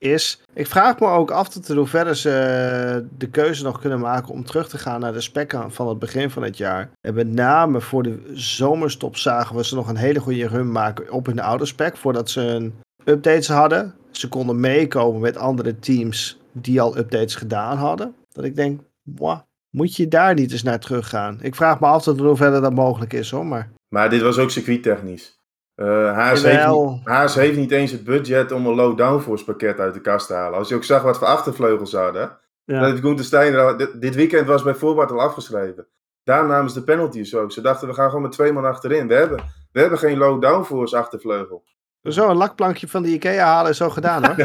is... Ik vraag me ook af tot in hoeverre ze de keuze nog kunnen maken om terug te gaan naar de spec van het begin van het jaar. En met name voor de zomerstop zagen we ze nog een hele goede run maken op hun oude spec, voordat ze een updates hadden. Ze konden meekomen met andere teams die al updates gedaan hadden. Dat ik denk, wow, moet je daar niet eens naar terug gaan? Ik vraag me af tot in hoeverre dat mogelijk is, hoor. Maar, Maar dit was ook circuittechnisch. Uh, Haas, heeft Jawel. niet, Haas heeft niet eens het budget om een low downforce pakket uit de kast te halen. Als je ook zag wat voor achtervleugels ze hadden. Ja. Dat heeft Gunther Steiner al- dit, dit weekend was bij voorbaat al afgeschreven. Daar namen ze de penalties ook. Ze dachten, we gaan gewoon met twee man achterin. We hebben, we hebben geen low downforce achtervleugel. zo een lakplankje van de Ikea halen is zo gedaan, hoor.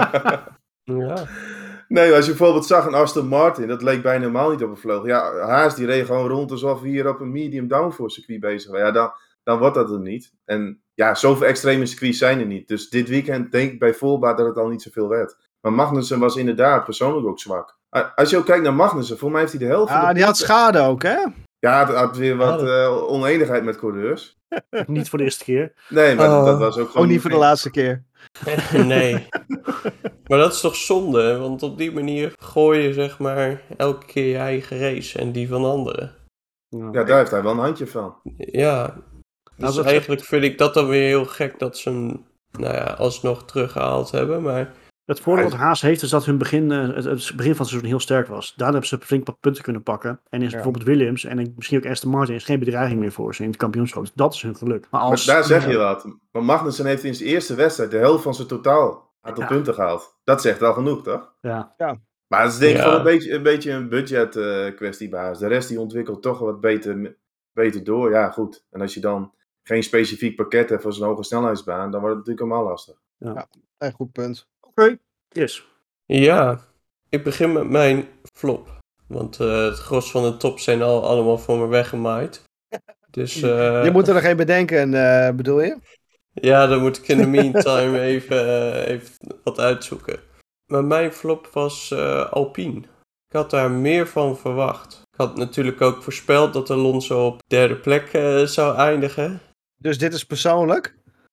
Ja. Nee, als je bijvoorbeeld zag een Aston Martin, dat leek bijna helemaal niet op een vleugel. Ja, Haas die reed gewoon rond alsof we hier op een medium downforce circuit bezig waren. Ja, dan, dan wordt dat er niet. En ja, zoveel extreme circuits zijn er niet. Dus dit weekend denk ik bij voorbaat dat het al niet zoveel werd. Maar Magnussen was inderdaad persoonlijk ook zwak. Als je ook kijkt naar Magnussen, voor mij heeft hij de helft van Ah, de die had punten. schade ook, hè? Ja, het had weer wat Ja, uh, oneenigheid met coureurs. Niet voor de eerste keer. Nee, maar Oh. dat was ook gewoon... Ook niet voor de laatste keer. Nee. Maar dat is toch zonde, want op die manier gooi je zeg maar elke keer je eigen race en die van anderen. Ja. Ja, daar heeft hij wel een handje van. Ja. Dus dat- eigenlijk vind ik dat dan weer heel gek dat ze hem, nou ja, alsnog teruggehaald hebben, maar... Het voordeel wat Haas heeft is dat hun begin, eh, het, het begin van het seizoen heel sterk was. Daarna hebben ze flink wat punten kunnen pakken. En is Ja. bijvoorbeeld Williams en ik- misschien ook Aston Martin is geen bedreiging meer voor ze in het kampioenschap. Dus dat is hun geluk. Maar als, Maar daar zeg je wat. Maar Magnussen heeft in zijn eerste wedstrijd de helft van zijn totaal aantal Ja. punten gehaald. Dat zegt wel genoeg, toch? Ja, Maar dat is denk ik Ja. wel een beetje een, beetje een budget eh, kwestie bij Haas. De rest die ontwikkelt toch wat beter, beter door. Ja, goed. En als je dan geen specifiek pakket hebt voor zo'n hoge snelheidsbaan, dan wordt het natuurlijk allemaal lastig. Een goed punt. oké. Yes. Ja, ik begin met mijn flop. Want eh, het gros van de top zijn al allemaal voor me weggemaaid. Dus eh, Je moet er nog één bedenken, eh, bedoel je? ja, dan moet ik in de meantime even, eh, even wat uitzoeken. Maar mijn flop was eh, Alpine. Ik had daar meer van verwacht. Ik had natuurlijk ook voorspeld dat Alonso op derde plek eh, zou eindigen. Dus dit is persoonlijk?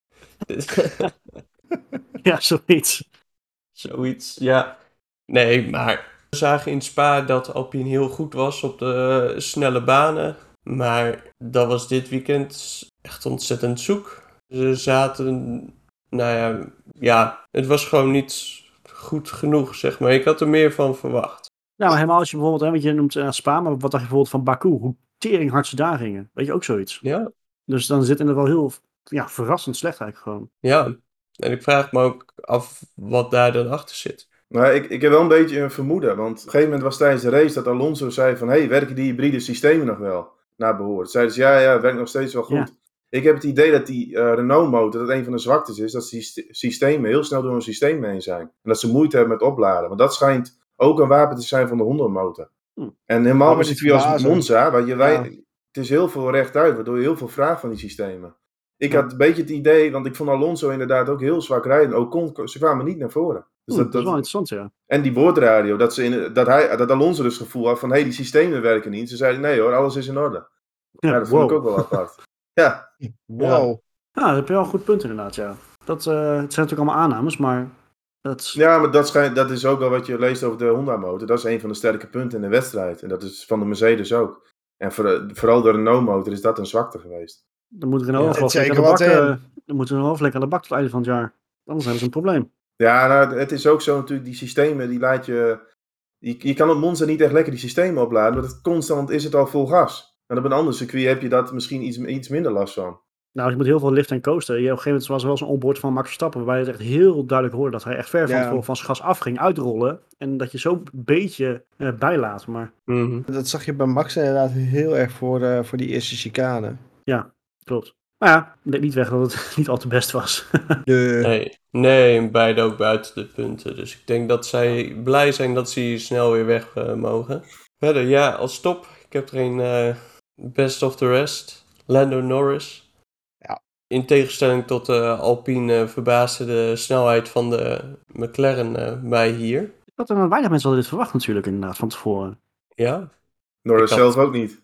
Ja, zoiets. Zoiets, ja. Nee, maar we zagen in Spa dat Alpine heel goed was op de snelle banen. Maar dat was dit weekend echt ontzettend zoek. Ze zaten, nou ja, ja, het was gewoon niet goed genoeg, zeg maar. Ik had er meer van verwacht. Nou, maar helemaal als je bijvoorbeeld, hè, want je noemt uh, Spa, maar wat dacht je bijvoorbeeld van Baku? Hoe teringhard ze daar gingen. Weet je, ook zoiets. Ja, Dus dan zit er wel heel, ja, verrassend slecht eigenlijk gewoon. ja. En ik vraag me ook af wat daar dan achter zit. Maar ik, ik heb wel een beetje een vermoeden. Want op een gegeven moment was tijdens de race dat Alonso zei van... hey, werken die hybride systemen nog wel? Naar behoort. Zeiden ze, ja, ja, het werkt nog steeds wel goed. Ja. Ik heb het idee dat die uh, Renault-motor, dat een van de zwaktes is... dat die syst- systemen heel snel door een systeem heen zijn. En dat ze moeite hebben met opladen. Want dat schijnt ook een wapen te zijn van de Honda-motor. Hm. En helemaal Maar met niet circuit als verbazen. Monza, waar je wij, Ja. het is heel veel rechtuit, waardoor je heel veel vraagt van die systemen. Ik had een beetje het idee, want ik vond Alonso inderdaad ook heel zwak rijden. Ocon, ze kwamen niet naar voren. Dus Hm, dat, dat is wel dat, interessant, ja. en die boordradio, dat, ze in, dat, hij, dat Alonso dus het gevoel had van, hé, hey, die systemen werken niet. Ze zeiden, nee hoor, alles is in orde. Ja, dat vond ik ook wel apart. Ja, Wow. Ja, dat heb je wel een goed punt inderdaad, ja. Dat, uh, het zijn natuurlijk allemaal aannames, maar dat is... ja maar dat, schijnt, dat is ook wel wat je leest over de Honda-motor. Dat is een van de sterke punten in de wedstrijd. En dat is van de Mercedes ook. En voor, vooral de Renault-motor is dat een zwakte geweest. Dan moet Renault Ja, gewoon zit lekker aan de zeker bak, wat uh, dan moeten we nog lekker aan de bak tot het einde van het jaar. Anders hebben ze een probleem. Ja, nou, het is ook zo natuurlijk, die systemen, die laat je... Je, je kan op Monza niet echt lekker die systemen opladen, want het, constant is het al vol gas. En op een ander circuit heb je dat misschien iets, iets minder last van. Nou, je moet heel veel lift en coasten. Je, op een gegeven moment was er wel zo'n onboard van Max Verstappen, waarbij je het echt heel duidelijk hoorde dat hij echt ver van, Ja. tevoren van zijn gas af ging uitrollen. En dat je zo een beetje uh, bijlaat, maar Mhm. Dat zag je bij Max inderdaad heel erg voor, uh, voor die eerste chicane. klopt. Maar ja, neem niet weg dat het niet al te best was. De... Nee, nee, en beide ook buiten de punten. Dus ik denk dat zij blij zijn dat ze hier snel weer weg uh, mogen. Verder, ja, als top. Ik heb er een uh, best of the rest. Lando Norris. Ja. In tegenstelling tot uh, Alpine uh, verbaasde de snelheid van de McLaren uh, mij hier. Ik had er weinig mensen hadden dit verwacht natuurlijk inderdaad, van tevoren. Ja. Norris Ik had- zelf ook niet.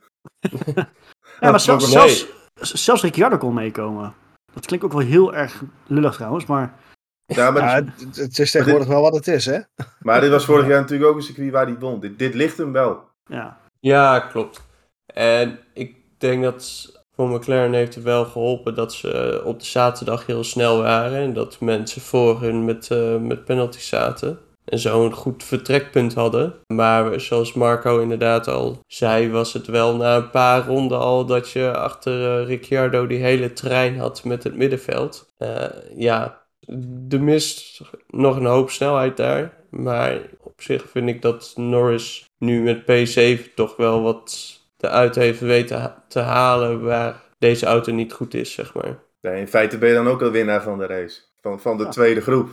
Ja, maar zelfs, Nee. zelfs, zelfs Ricciardo kon meekomen. Dat klinkt ook wel heel erg lullig trouwens, maar Ja, maar, Ja, dit- het, het is tegenwoordig wel wat het is, hè? maar dit was vorig jaar natuurlijk ook een circuit waar hij won. Dit, dit ligt hem wel. Ja. Ja, klopt. En ik denk dat voor McLaren heeft het wel geholpen dat ze op de zaterdag heel snel waren. En dat mensen voor hun met, uh, met penalties zaten. En zo een goed vertrekpunt hadden. Maar zoals Marco inderdaad al zei, was het wel na een paar ronden al dat je achter uh, Ricciardo die hele trein had met het middenveld. Uh, ja, er mist nog een hoop snelheid daar. Maar op zich vind ik dat Norris nu met P zeven toch wel wat eruit heeft weten ha- te halen waar deze auto niet goed is, zeg maar. Nee, in feite ben je dan ook al winnaar van de race. Van, van de Ja. tweede groep.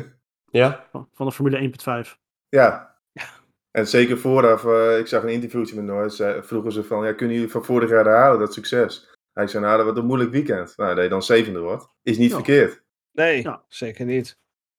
Ja? Van van de Formule één punt vijf. Ja. En zeker vooraf, uh, ik zag een interviewtje met Norris, uh, vroegen ze van, ja, kunnen jullie van vorig jaar herhalen, dat succes? Hij zei, nou, dat wordt een moeilijk weekend. Nou, dat je dan zevende wordt, is niet Ja. verkeerd. Nee, Ja. zeker niet.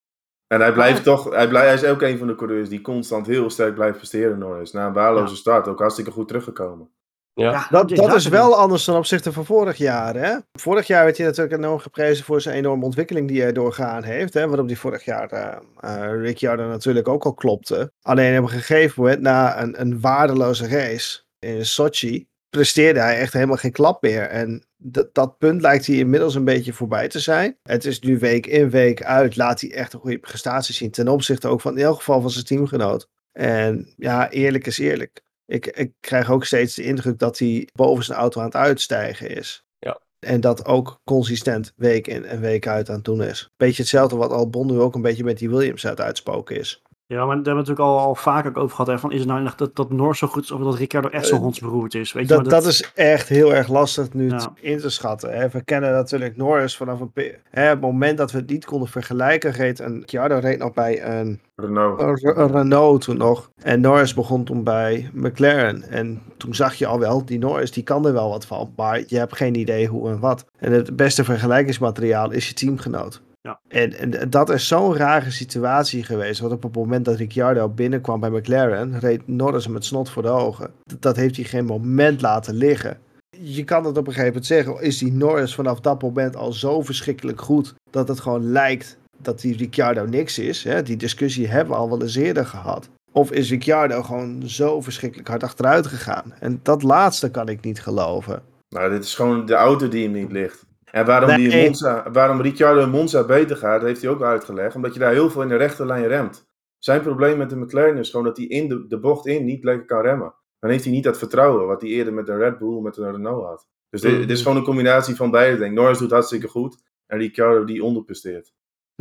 En hij blijft Oh. toch, hij, blijft, hij is ook een van de coureurs die constant heel sterk blijft presteren, Norris. Na een waarloze Ja. start, ook hartstikke goed teruggekomen. Ja. Ja, Dat, dit- dat daar is zit wel hij. anders ten opzichte van vorig jaar. Hè? Vorig jaar werd hij natuurlijk enorm geprezen voor zijn enorme ontwikkeling die hij doorgaan heeft. Hè? Waarop hij vorig jaar uh, uh, Ricciardo natuurlijk ook al klopte. Alleen op een gegeven moment, na een, een waardeloze race in Sochi, presteerde hij echt helemaal geen klap meer. En d- dat punt lijkt hij inmiddels een beetje voorbij te zijn. Het is nu week in, week uit, laat hij echt een goede prestatie zien. Ten opzichte ook van in elk geval van zijn teamgenoot. En ja, eerlijk is eerlijk. Ik, ik krijg ook steeds de indruk dat hij boven zijn auto aan het uitstijgen is. Ja. En dat ook consistent week in en week uit aan het doen is. Beetje hetzelfde wat Albon nu ook een beetje met die Williams aan het uitspoken is. Ja, maar daar hebben we natuurlijk al, al vaak ook over gehad. Hè, van, is het nou echt dat, dat Norris zo goed is of dat Ricciardo echt zo Uh, hondsberoerd is? Weet je, maar Dat, dat is echt heel erg lastig nu Ja. te- in te schatten. Hè. We kennen natuurlijk Norris vanaf een... pe- Hè, het moment dat we het niet konden vergelijken, reed een Ricciardo reed nog bij een Renault. Een, Re- een Renault toen nog. En Norris begon toen bij McLaren. En toen zag je al wel, die Norris die kan er wel wat van. Maar je hebt geen idee hoe en wat. En het beste vergelijkingsmateriaal is je teamgenoot. Ja. En, en dat is zo'n rare situatie geweest. Want op het moment dat Ricciardo binnenkwam bij McLaren, reed Norris hem met snot voor de ogen. Dat, dat heeft hij geen moment laten liggen. Je kan het op een gegeven moment zeggen. Is die Norris vanaf dat moment al zo verschrikkelijk goed dat het gewoon lijkt dat die Ricciardo niks is. Hè? Die discussie hebben we al wel eens eerder gehad. Of is Ricciardo gewoon zo verschrikkelijk hard achteruit gegaan? En dat laatste kan ik niet geloven. Nou, dit is gewoon de auto die hem niet ligt. En waarom, Nee. die in Monza, waarom Ricciardo in Monza beter gaat, heeft hij ook uitgelegd. Omdat je daar heel veel in de rechte lijn remt. Zijn probleem met de McLaren is gewoon dat hij in de, de bocht in niet lekker kan remmen. Dan heeft hij niet dat vertrouwen wat hij eerder met een Red Bull, met een Renault had. Dus dit, Mhm. dit is gewoon een combinatie van beide. Denk. Norris doet hartstikke goed en Ricciardo die onderpresteert.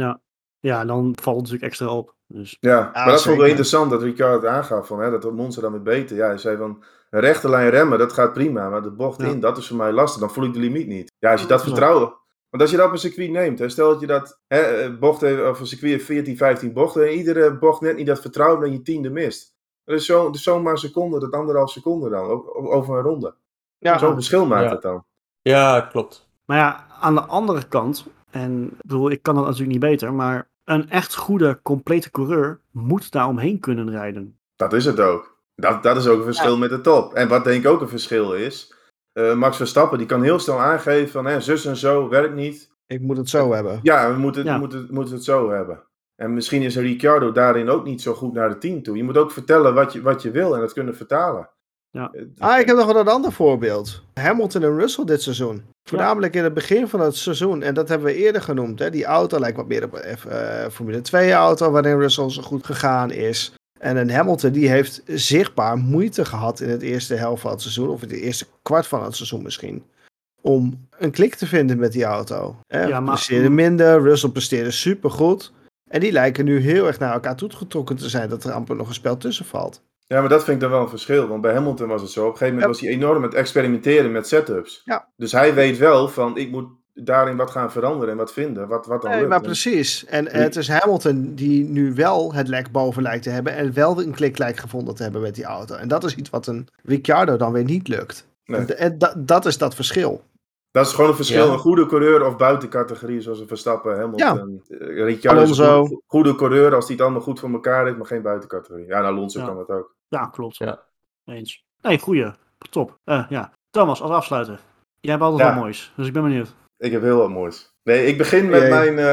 Ja, dan valt het natuurlijk extra op. Dus, Ja, maar dat vond ik zeker. wel interessant dat Ricciardo het aangaf. Van, hè, dat de Monza dan weer beter. Ja, hij zei van, een rechte lijn remmen, dat gaat prima. Maar de bocht Ja. in, dat is voor mij lastig. Dan voel ik de limiet niet. Ja, als je dat Ja. vertrouwen... Want als je dat op een circuit neemt, hè, stel dat je dat hè, bocht heeft, of een circuit heeft veertien, vijftien bochten. En iedere bocht net niet dat vertrouwen dat je tiende mist. Dat is zo, dus zomaar een seconde, dat anderhalf seconde dan, o- o- over een ronde. Ja, Zo'n verschil maakt Ja. het dan. Ja, klopt. maar ja, aan de andere kant, en ik bedoel, ik kan dat natuurlijk niet beter, maar een echt goede, complete coureur moet daar omheen kunnen rijden. Dat is het ook. Dat, dat is ook een verschil met de top. En wat denk ik ook een verschil is, uh, Max Verstappen die kan heel snel aangeven van hè, zus en zo werkt niet. ik moet het zo hebben. Ja, we moeten, Ja. moeten, moeten het zo hebben. En misschien is Ricciardo daarin ook niet zo goed naar het team toe. Je moet ook vertellen wat je, wat je wil en dat kunnen vertalen. Ja. Uh, Ah, ik heb nog wel een ander voorbeeld. Hamilton en Russell dit seizoen. Voornamelijk in het begin van het seizoen. En dat hebben we eerder genoemd. Hè? Die auto lijkt wat meer op een uh, Formule twee auto, waarin Russell zo goed gegaan is. En een Hamilton die heeft zichtbaar moeite gehad in het eerste helft van het seizoen. Of in het eerste kwart van het seizoen misschien. Om een klik te vinden met die auto. Hè? Ja, maar- Presteerde minder, Russell presteerde supergoed. En die lijken nu heel erg naar elkaar toegetrokken te zijn. Dat er amper nog een spel tussen valt. Ja, maar dat vind ik dan wel een verschil. Want bij Hamilton was het zo. Op een gegeven moment Ja. was hij enorm aan het experimenteren met setups. Ja. Dus hij weet wel van, ik moet daarin wat gaan veranderen en wat vinden. Wat, wat dan Nee, lukt. maar En- precies. En Die- het is Hamilton die nu wel het lek boven lijkt te hebben. En wel een klik lijkt gevonden te hebben met die auto. En dat is iets wat een Ricciardo dan weer niet lukt. Nee. En, en da- dat is dat verschil. Dat is gewoon een verschil. Ja. Een goede coureur of buitencategorie, zoals een Verstappen, Hamilton. Ja. Ricciardo is Alonso. een goede, goede coureur als hij het allemaal goed voor elkaar heeft, maar geen buitencategorie. Ja, en Alonso Ja. kan dat ook. Ja, klopt. Ja. Eens. Nee, goeie. Top. Uh, ja. Thomas, als afsluiter. Jij hebt altijd Ja. wel moois, dus ik ben benieuwd. Ik heb heel wat moois. Nee, ik begin met Jee. mijn, uh,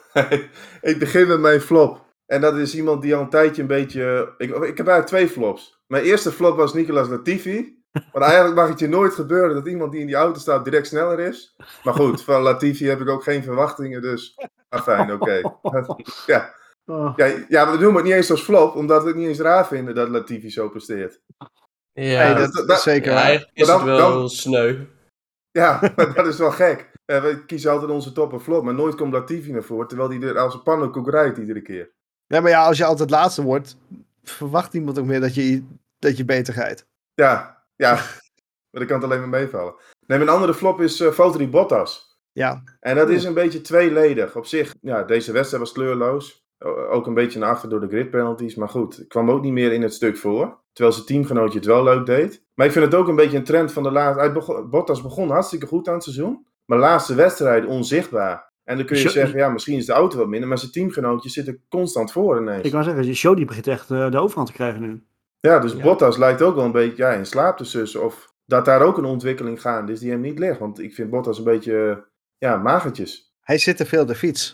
Ik begin met mijn flop. En dat is iemand die al een tijdje een beetje... Ik, ik heb eigenlijk twee flops. Mijn eerste flop was Nicolas Latifi. Want eigenlijk mag het je nooit gebeuren dat iemand die in die auto staat direct sneller is. Maar goed, van Latifi heb ik ook geen verwachtingen, dus... Ah, fijn, oké. Okay. ja. Oh. Ja, ja, we doen het niet eens als flop, omdat we het niet eens raar vinden dat Latifi zo presteert. Ja, Nee, dat, dat- dat is zeker ja, waar. eigenlijk is Maar het dan- wel dan- sneu. Ja, maar dat is wel gek. Uh, we kiezen altijd onze top en flop, maar nooit komt Latifi naar voren, terwijl hij er als een pannenkoek rijdt iedere keer. Ja, maar ja, als je altijd laatste wordt, verwacht niemand ook meer dat je, dat je beter rijdt. Ja, ja. Maar dat kan het alleen maar meevallen. Nee, mijn andere flop is uh, Valtteri Bottas. Ja, En dat is een beetje tweeledig. Op zich, ja, deze wedstrijd was kleurloos. O- Ook een beetje naar achter door de grid penalties. Maar goed, ik kwam ook niet meer in het stuk voor. Terwijl zijn teamgenootje het wel leuk deed. Maar ik vind het ook een beetje een trend van de laatste... Hij begon, Bottas begon hartstikke goed aan het seizoen. Maar laatste wedstrijd onzichtbaar. En dan kun je Show- zeggen, ja, misschien is de auto wat minder. Maar zijn teamgenootjes zitten constant voor ineens. Ik wou zeggen, die show die begint echt uh, de overhand te krijgen nu. Ja, dus Ja. Bottas lijkt ook wel een beetje ja, in slaap te sussen. Of dat daar ook een ontwikkeling gaande is die hem niet ligt. Want ik vind Bottas een beetje, uh, ja, magertjes. hij zit te veel op de fiets.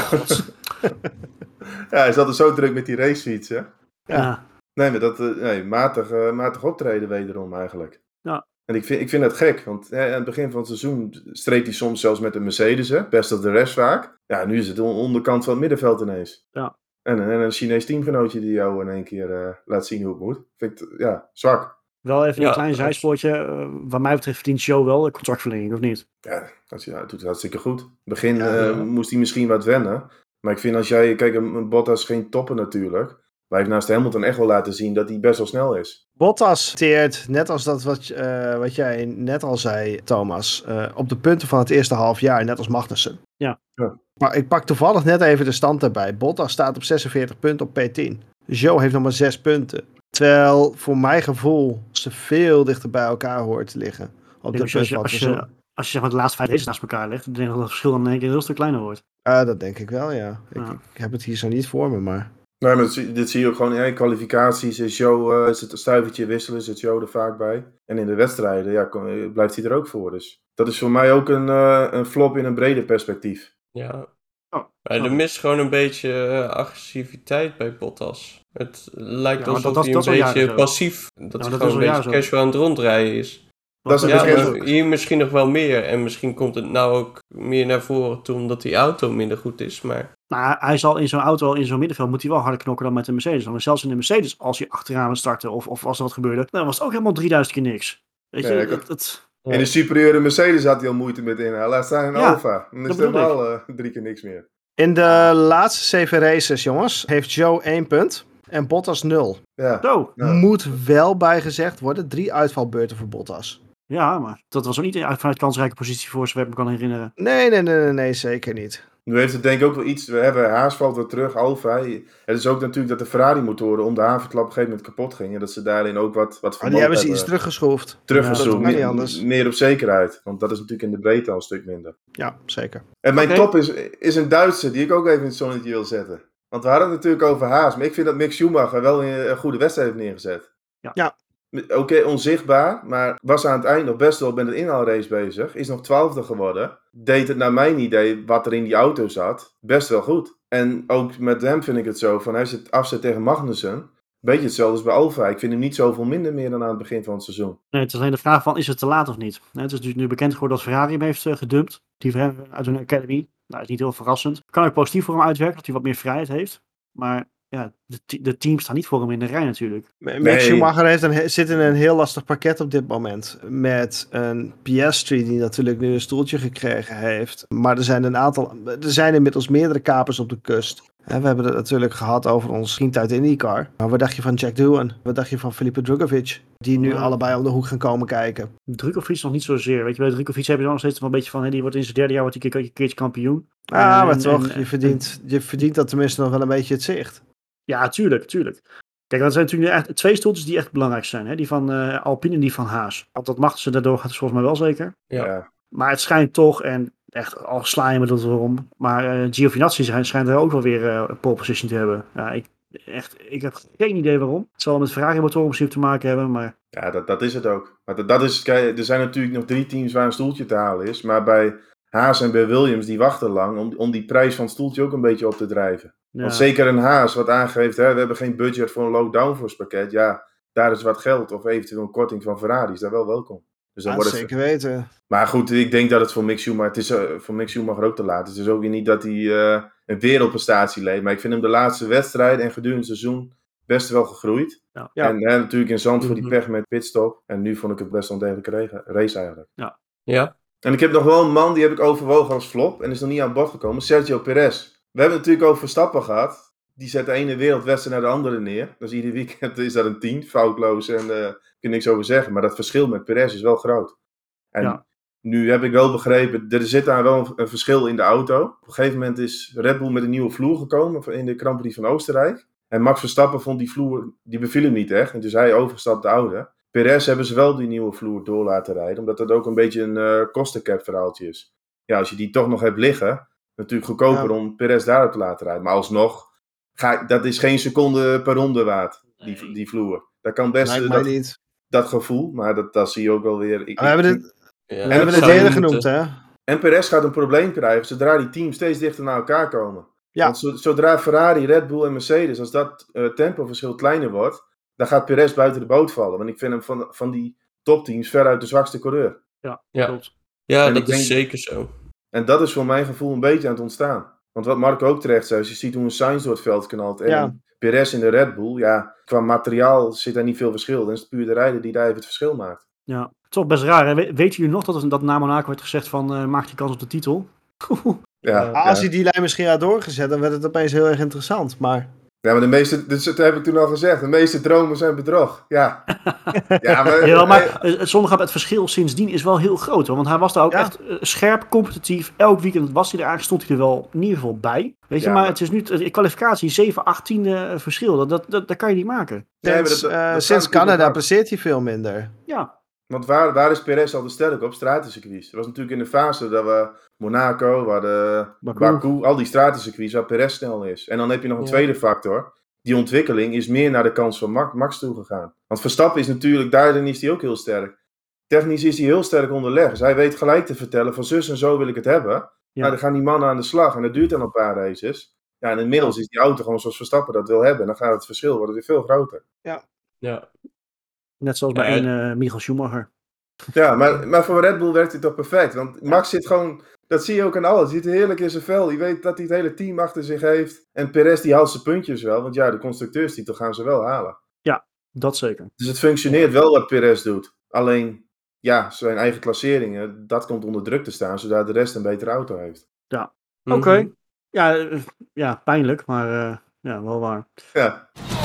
Ja, hij zat er zo druk met die racefiets, hè. Ja. Ja. Nee, maar dat, uh, nee, matig, uh, matig optreden wederom eigenlijk. Ja. En ik vind, ik vind het gek, want hè, aan het begin van het seizoen streed hij soms zelfs met de Mercedes, hè. Best of de rest vaak. Ja, nu is het de onderkant van het middenveld ineens. Ja. En, en een Chinees teamgenootje die jou in één keer uh, laat zien hoe het moet. Vind ik, ja, zwak. Wel even Ja, een klein dat- zijspoortje. Uh, wat mij betreft verdient Show wel een contractverlenging, of niet? Ja, dat, ja, dat doet het hartstikke goed. In het begin Ja, uh, ja. moest hij misschien wat wennen. Maar ik vind als jij... Kijk, een, een Bottas is geen topper natuurlijk. Maar hij heeft naast Hamilton echt wel laten zien dat hij best wel snel is. Bottas teert, net als dat wat, uh, wat jij net al zei, Thomas, uh, op de punten van het eerste half jaar, net als Magnussen. Ja. Ja. Maar ik pak toevallig net even de stand erbij. Bottas staat op zesenveertig punten op P tien. Joe heeft nog maar zes punten. Terwijl voor mijn gevoel ze veel dichter bij elkaar hoort te liggen. Op de Als je, als, je, punten als, van je, het als je zeg maar de laatste vijf races naast elkaar legt, dan denk ik dat het verschil dan in één keer een heel stuk kleiner wordt. Uh, dat denk ik wel, ja. Ik, Ja. ik heb het hier zo niet voor me, maar... Nee, maar dit, dit zie je ook gewoon in kwalificaties. Is Joe, uh, is het een stuivertje wisselen, zit Joe er vaak bij. En in de wedstrijden ja, kom, blijft hij er ook voor. Dus dat is voor mij ook een, uh, een flop in een breder perspectief. Ja. Oh, Maar er oh. mist gewoon een beetje uh, agressiviteit bij Bottas. Het lijkt Ja, maar alsof dat- hij dat een is al beetje jaren zo. passief, dat dat hij is gewoon al een jaren beetje zo. casual aan het rondrijden is. Dat is een Ja, begin. maar hier misschien nog wel meer. En misschien komt het nou ook meer naar voren toe omdat die auto minder goed is. Maar Nou, hij zal in zo'n auto, in zo'n middenveld, moet hij wel harder knokken dan met de Mercedes. Want zelfs in de Mercedes, als je achteraan wil starten of, of als er wat gebeurde, dan was het ook helemaal drieduizend keer niks. Weet je, Nee, ik- het, het- In de superieure Mercedes had hij al moeite met inhalen. Laat staan in Ja, Alfa. Dan is dat het bedoel helemaal uh, drie keer niks meer. In de laatste zeven races, jongens, heeft Joe één punt en Bottas nul. Ja. zo. Nou, Moet wel bijgezegd worden, drie uitvalbeurten voor Bottas. Ja, maar dat was ook niet uit- vanuit kansrijke positie voor zover ik me kan herinneren. Nee, nee, nee, nee, nee, zeker niet. Nu heeft het denk ik ook wel iets. We hebben Haas valt weer terug, Alfa. Het is ook natuurlijk dat de Ferrari-motoren om de havenklap op een gegeven moment kapot gingen. Dat ze daarin ook wat, wat Maar vermogen die hebben ze iets hebben teruggeschroefd. teruggezoomd. Ja, dat kan niet meer, anders. meer op zekerheid. Want dat is natuurlijk in de breedte al een stuk minder. Ja, zeker. En mijn Oké. top is, is een Duitser die ik ook even in het zonnetje wil zetten. Want we hadden het natuurlijk over Haas. Maar ik vind dat Mick Schumacher wel een goede wedstrijd heeft neergezet. Ja. Ja. Oké, okay, onzichtbaar. Maar was aan het eind nog best wel met een inhaalrace bezig. Is nog twaalfde geworden. Deed het naar mijn idee, wat er in die auto zat, best wel goed. En ook met hem vind ik het zo. Van hij zit afzet tegen Magnussen. Beetje hetzelfde als bij Alfa. Ik vind hem niet zoveel minder meer dan aan het begin van het seizoen. Nee, het is alleen de vraag van, is het te laat of niet? Het is nu- nu bekend geworden dat Ferrari hem heeft uh, gedumpt. Die voor hem uit hun academy. Nou, dat is niet heel verrassend. Kan ook positief voor hem uitwerken, dat hij wat meer vrijheid heeft. Maar ja, de, te- de teams staan niet voor hem in de rij natuurlijk. Mick Nee. Schumacher heeft een, he- zit in een heel lastig pakket op dit moment. Met een Piastri die natuurlijk nu een stoeltje gekregen heeft. Maar er zijn een aantal. Er zijn inmiddels meerdere kapers op de kust. En we hebben het natuurlijk gehad over ons vriend uit IndyCar. Maar wat dacht je van Jack Doohan? Wat dacht je van Felipe Drugovich? Die nu Ja. allebei om de hoek gaan komen kijken. Drukovic nog niet zozeer. Weet je, bij Drukovic heb je dan nog steeds wel een beetje van, hè, die wordt in zijn derde jaar wordt hij een keer- keertje kampioen. Ah, En- maar toch, en- je, verdient, je verdient dat tenminste nog wel een beetje het zicht. Ja, tuurlijk, tuurlijk. Kijk, dat zijn natuurlijk echt twee stoeltjes die echt belangrijk zijn. Hè? Die van uh, Alpine en die van Haas. Want dat mag ze daardoor gaat het volgens mij wel zeker. Ja. Ja. Maar het schijnt toch, en echt al sla je me dat erom, maar uh, Giovinazzi schijnt schijnt er ook wel weer uh, een pole position te hebben. Ja, ik, echt, ik heb geen idee waarom. Het zal met Ferrari-motoren misschien te maken hebben, maar... Ja, dat, dat is het ook. Maar dat, dat is, kijk, er zijn natuurlijk nog drie teams waar een stoeltje te halen is. Maar bij Haas en bij Williams, die wachten lang om, om die prijs van het stoeltje ook een beetje op te drijven. Ja. Want zeker een Haas wat aangeeft, hè, we hebben geen budget voor een low downforce pakket. Ja, daar is wat geld of eventueel een korting van Ferrari, is daar wel welkom. Dus dan Ja, wordt het... zeker weten. Maar goed, ik denk dat het voor Mick Schumacher, het is uh, voor Mick Schumacher ook te laat. Het is ook weer niet dat hij uh, een wereldprestatie leed. Maar ik vind hem de laatste wedstrijd en gedurende het seizoen best wel gegroeid. Ja. Ja. En hè, natuurlijk in Zandvoort die Mhm. pech met pitstop. En nu vond ik het best wel een degelijke rege- race eigenlijk. Ja. En ik heb nog wel een man, die heb ik overwogen als flop. En is nog niet aan bod gekomen. Sergio Perez. We hebben het natuurlijk over Verstappen gehad. Die zet de ene wereldwedstrijd naar de andere neer. Dus ieder weekend is dat een tien, foutloos. En daar uh, kun je niks over zeggen. Maar dat verschil met Perez is wel groot. En Ja. nu heb ik wel begrepen, er zit daar wel een, een verschil in de auto. Op een gegeven moment is Red Bull met een nieuwe vloer gekomen in de Grand Prix van Oostenrijk. En Max Verstappen vond die vloer, die beviel hem niet echt. En dus hij overgestapt de oude. Perez hebben ze wel die nieuwe vloer door laten rijden. Omdat dat ook een beetje een uh, kostencap verhaaltje is. Ja, als je die toch nog hebt liggen, natuurlijk goedkoper Ja. om Perez daarop te laten rijden. Maar alsnog, ga, dat is geen seconde per ronde waard, die, die vloer. Dat kan best Lijkt uh, mij dat, niet. dat gevoel, maar dat, dat zie je ook wel weer. Ik, We hebben ik- dit, Ja, we en hebben het dit zou eerder moeten. genoemd, hè? En Perez gaat een probleem krijgen zodra die teams steeds dichter naar elkaar komen. Ja. Want zo- zodra Ferrari, Red Bull en Mercedes, als dat uh, tempoverschil kleiner wordt, dan gaat Perez buiten de boot vallen. Want ik vind hem van, van die topteams veruit de zwakste coureur. Ja, Ja. klopt. Ja, En dat ik is denk- zeker zo. En dat is voor mijn gevoel een beetje aan het ontstaan. Want wat Marco ook terecht zei, als je ziet hoe een Sainz door het veld knalt en Ja. een Perez in de Red Bull, ja, qua materiaal zit daar niet veel verschil. Dan is het puur de rijder die daar even het verschil maakt. Ja. Het is toch best raar. Hè? We- Weet jullie nog dat, het- dat na Monaco werd gezegd van uh, maak die kans op de titel? Ja, Ja. Ah, als ja. hij die lijn misschien had doorgezet, dan werd het opeens heel erg interessant. Maar Ja, maar de meeste, dus dat heb ik toen al gezegd, de meeste dromen zijn bedrog. Ja, ja maar, Ja, maar uh, het zondag het verschil sindsdien is wel heel groot. Hoor, want hij was daar ook Ja. echt uh, scherp, competitief. Elk weekend was hij er eigenlijk, stond hij er wel in ieder geval bij. Weet je, Ja, maar, maar- het is nu uh, in kwalificatie zeven, achttien uh, verschil. Dat, dat, dat, dat kan je niet maken. Nee, maar sinds, dat- dat- eh, dat sinds gaat natuurlijk Canada ook. presteert hij veel minder. Ja, Want waar, waar is Perez altijd sterk op? Stratencircuits. Dat was natuurlijk in de fase dat we Monaco, waar de Baku. Baku, al die stratencircuits waar Perez snel is. En dan heb je nog een Ja. tweede factor. Die ontwikkeling is meer naar de kans van Max, Max toe gegaan. Want Verstappen is natuurlijk, daarin is hij ook heel sterk. Technisch is hij heel sterk onderlegd. Dus hij weet gelijk te vertellen van zus en zo wil ik het hebben. Ja. Nou, dan gaan die mannen aan de slag en dat duurt dan een paar races. Ja, en inmiddels is die auto gewoon zoals Verstappen dat wil hebben. En dan gaat het verschil worden weer veel groter. Ja. net zoals bij Ja, een uh, Michael Schumacher. Ja, maar, maar voor Red Bull werkt het toch perfect. Want Max zit gewoon, dat zie je ook aan alles. Hij zit heerlijk in zijn vel. Die weet dat hij het hele team achter zich heeft. En Perez die haalt zijn puntjes wel. Want ja, de constructeurstitel gaan ze wel halen. Dat zeker. Dus het functioneert wel wat Perez doet. Alleen, ja, zijn eigen klasseringen, dat komt onder druk te staan. Zodat de rest een betere auto heeft. Mhm. Oké. Ja, uh, ja, pijnlijk, maar uh, ja, wel waar. Ja,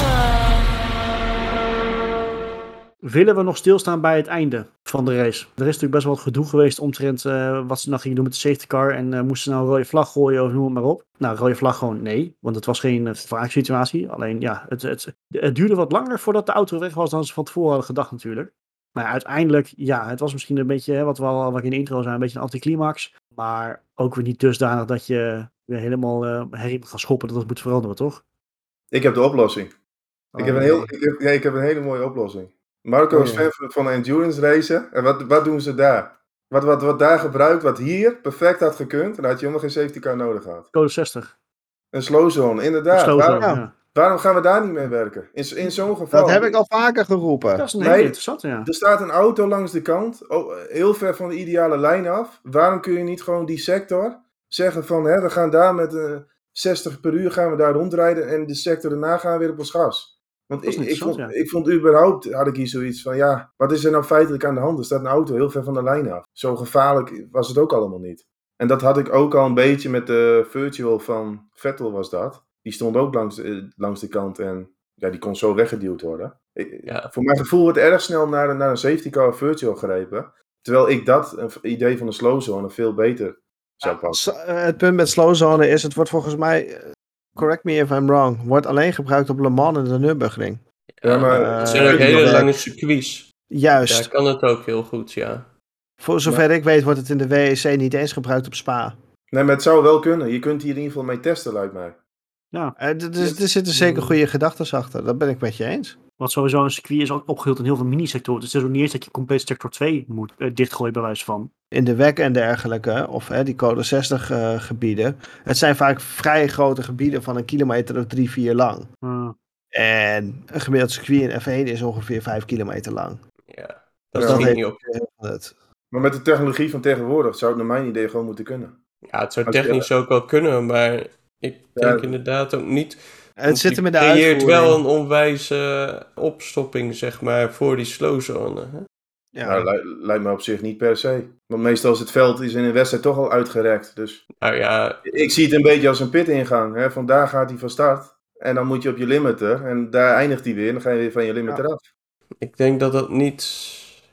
Willen we nog stilstaan bij het einde van de race? Er is natuurlijk best wel wat gedoe geweest omtrent uh, wat ze nou gingen doen met de safety car. En uh, moesten ze nou een rode vlag gooien of noem het maar op. Nou, rode vlag gewoon nee, want het was geen uh, wraaksituatie. Alleen ja, het, het, het duurde wat langer voordat de auto weg was dan ze van tevoren hadden gedacht natuurlijk. Maar ja, uiteindelijk, ja, het was misschien een beetje, hè, wat we al wat ik in de intro zei, een beetje een anticlimax. Maar ook weer niet dusdanig dat je weer helemaal uh, herrie moet gaan schoppen dat het moet veranderen, toch? ik heb de oplossing. Oh, ik, heb een nee. heel, ik, heb, ja, ik heb een hele mooie oplossing. Marco Oh, is ja. fan van, van endurance racen. En wat, wat doen ze daar? Wat, wat, wat daar gebruikt, wat hier perfect had gekund, dan had je helemaal geen safety car nodig gehad. Code zestig. Een slow zone, inderdaad. Slow Waarom, zone, ja. ja. waarom gaan we daar niet mee werken? In, in zo'n geval. Dat heb ik al vaker geroepen. Dat is een Nee. hele interessante, ja. Er staat een auto langs de kant, oh, heel ver van de ideale lijn af. Waarom kun je niet gewoon die sector zeggen van, hè, we gaan daar met uh, zestig per uur gaan we daar rondrijden en de sector daarna gaan we weer op ons gas. Want Dat is ik, ik, interessant, vond, ja. ik vond überhaupt, had ik hier zoiets van, ja, wat is er nou feitelijk aan de hand? Er staat een auto heel ver van de lijn af. Zo gevaarlijk was het ook allemaal niet. En dat had ik ook al een beetje met de virtual van Vettel was dat. Die stond ook langs, eh, langs de kant en ja, die kon zo weggeduwd worden. Ik, Ja. Voor mijn gevoel wordt erg snel naar, naar een safety car virtual gegrepen. Terwijl ik dat, een idee van een slow zone, veel beter zou passen. S- uh, het punt met slow zone is, het wordt volgens mij, uh, correct me if I'm wrong, wordt alleen gebruikt op Le Mans en de Nürburgring. Ja, maar- Uh, het zijn ook hele uh, lange circuits. Juist. Daar kan het ook heel goed, ja. Voor zover ik weet wordt het in de W E C niet eens gebruikt op Spa. Nee, maar het zou wel kunnen. Je kunt hier in ieder geval mee testen, lijkt mij. Uh, d- dus, er zitten zeker goede gedachten achter, dat ben ik met je eens. Want sowieso een circuit is ook opgedeeld in heel veel mini-sectoren. Dus het is ook niet eens dat je compleet sector twee moet uh, dichtgooien bij wijze van. In de W E C en dergelijke, of hè, die code zestig uh, gebieden. Het zijn vaak vrij grote gebieden van een kilometer of drie, vier lang. Uh, En een gemiddeld circuit in F één is ongeveer vijf kilometer lang. Ja, dat Ja. schiet heeft niet op. heel veel nut. Maar met de technologie van tegenwoordig zou het naar mijn idee gewoon moeten kunnen. Ja, het zou Als je- technisch ook wel kunnen, maar ik Ja, denk inderdaad ook niet. Het zit hem in de Je creëert uitvoering. wel een onwijze opstopping, zeg maar, voor die slowzone. Hè? Ja. Nou, li- lijkt me op zich niet per se. Want meestal is het veld is in een wedstrijd toch al uitgerekt. Dus Nou ja, ik zie het een beetje als een pitingang. Hè? Van daar gaat hij van start. En dan moet je op je limiter. En daar eindigt hij weer. En dan ga je weer van je limiter af. ik denk dat dat niet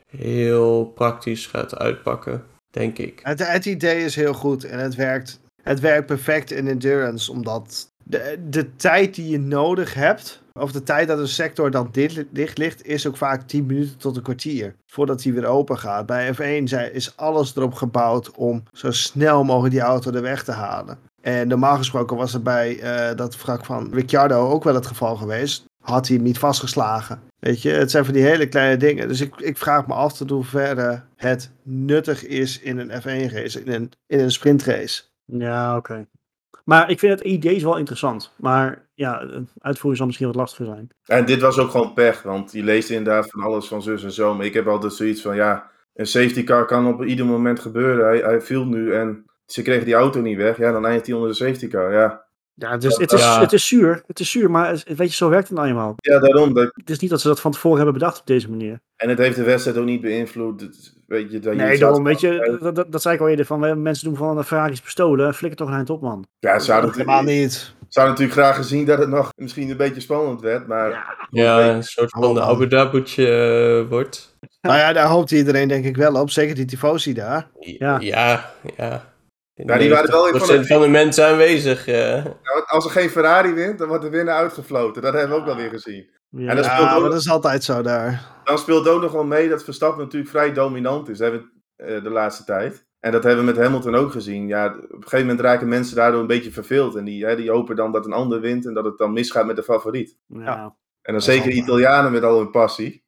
heel praktisch gaat uitpakken, denk ik. Het, het idee is heel goed en het werkt, het werkt perfect in endurance, omdat de, de tijd die je nodig hebt, of de tijd dat een sector dan dicht, dicht ligt, is ook vaak tien minuten tot een kwartier, voordat hij weer open gaat. Bij F één zijn- is alles erop gebouwd om zo snel mogelijk die auto de weg te halen. En normaal gesproken was er bij eh, dat wrak van Ricciardo ook wel het geval geweest. Had hij hem niet vastgeslagen. Weet je, het zijn van die hele kleine dingen. Dus ik, ik vraag me af tot hoeverre het nuttig is in een F één race, in een, in een sprintrace. ja, oké. Okay. Maar ik vind het idee is wel interessant. Maar ja, uitvoering zal misschien wat lastiger zijn. En dit was ook gewoon pech. Want je leest inderdaad van alles van zus en zo. Maar ik heb altijd zoiets van ja. Een safety car kan op ieder moment gebeuren. Hij, hij viel nu en ze kregen die auto niet weg. Ja, dan eindigt hij onder de safety car. Ja, Ja, dus het is, Ja. het is zuur. Het is zuur, maar het- weet je, zo werkt het nou eenmaal. ja daarom. Dat, Het is niet dat ze dat van tevoren hebben bedacht op deze manier. en het heeft de wedstrijd ook niet beïnvloed. Het- Weet je, dat je Nee, iets daarom, had- weet je, dat, dat, dat zei ik al eerder, van we- mensen doen van de Ferraris bestolen, flikker toch een eind op, man. Ja, ze zouden Helemaal natuurlijk, niet. zou natuurlijk graag gezien dat het nog misschien een beetje spannend werd. Maar Ja, Ja, een soort van Allemaal. Abu Dhabi'tje wordt. Nou ja, daar hoopt iedereen denk ik wel op. Zeker die tifosi daar. Ja. Ja, ja. Ja, die waren wel weer van procent het- van de mensen aanwezig. eh. nou, als er geen Ferrari wint, dan wordt de winnaar uitgefloten. Dat hebben we ook wel weer gezien. ja, En dat Ja, speelt ook- maar dat is altijd zo daar. Dan speelt ook nog wel mee dat Verstappen natuurlijk vrij dominant is. Dat hebben we uh, de laatste tijd. En dat hebben we met Hamilton ook gezien. Ja, op een gegeven moment raken mensen daardoor een beetje verveeld. En die, hè, die hopen dan dat een ander wint en dat het dan misgaat met de favoriet. ja. En dan is zeker wel de waar. Italianen met al hun passie.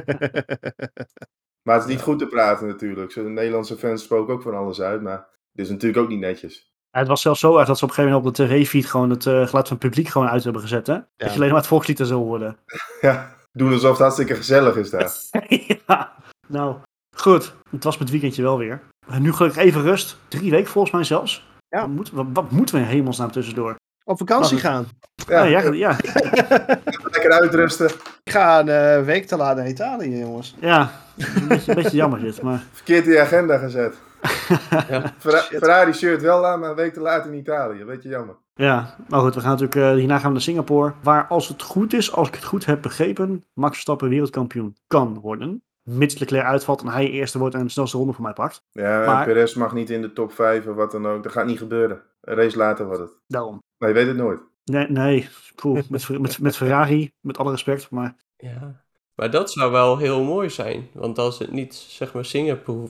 Maar het is niet goed te praten natuurlijk. Zo, de Nederlandse fans spoken ook van alles uit. Maar dit is natuurlijk ook niet netjes. Ja, het was zelfs zo erg dat ze op een gegeven moment op de tv-feed gewoon het uh, geluid van het publiek gewoon uit hebben gezet, hè? Dat je alleen maar het volkslied er zo hoorde. Ja, doen alsof het hartstikke gezellig is daar. Ja, nou, goed. Het was met weekendje wel weer. En nu gelukkig even rust. Drie weken volgens mij zelfs. Ja. Wat, moet, wat, wat moeten we in hemelsnaam tussendoor? Op vakantie Mag het? gaan. Ja, Ja, ja, ja, lekker uitrusten. Ik ga een uh, week te laat naar Italië, jongens. ja. Een beetje, een beetje jammer dit, maar... Verkeerd in je agenda gezet. Ja. Ferra- Ferrari shirt wel aan, maar een week te laat in Italië. Beetje jammer. Ja, nou goed, we gaan natuurlijk, uh, hierna gaan we naar Singapore. Waar, als het goed is, als ik het goed heb begrepen, Max Verstappen wereldkampioen kan worden. Mits Leclerc uitvalt en hij eerste wordt en de snelste ronde voor mij pakt. Ja, Maar- Perez mag niet in de top vijf of wat dan ook. Dat gaat niet gebeuren. Een race later wordt het. Daarom. Maar je weet het nooit. Nee, nee. Cool. Met, met, met Ferrari, met alle respect, maar... Ja. Maar dat zou wel heel mooi zijn. Want als het niet, zeg maar, Singapore...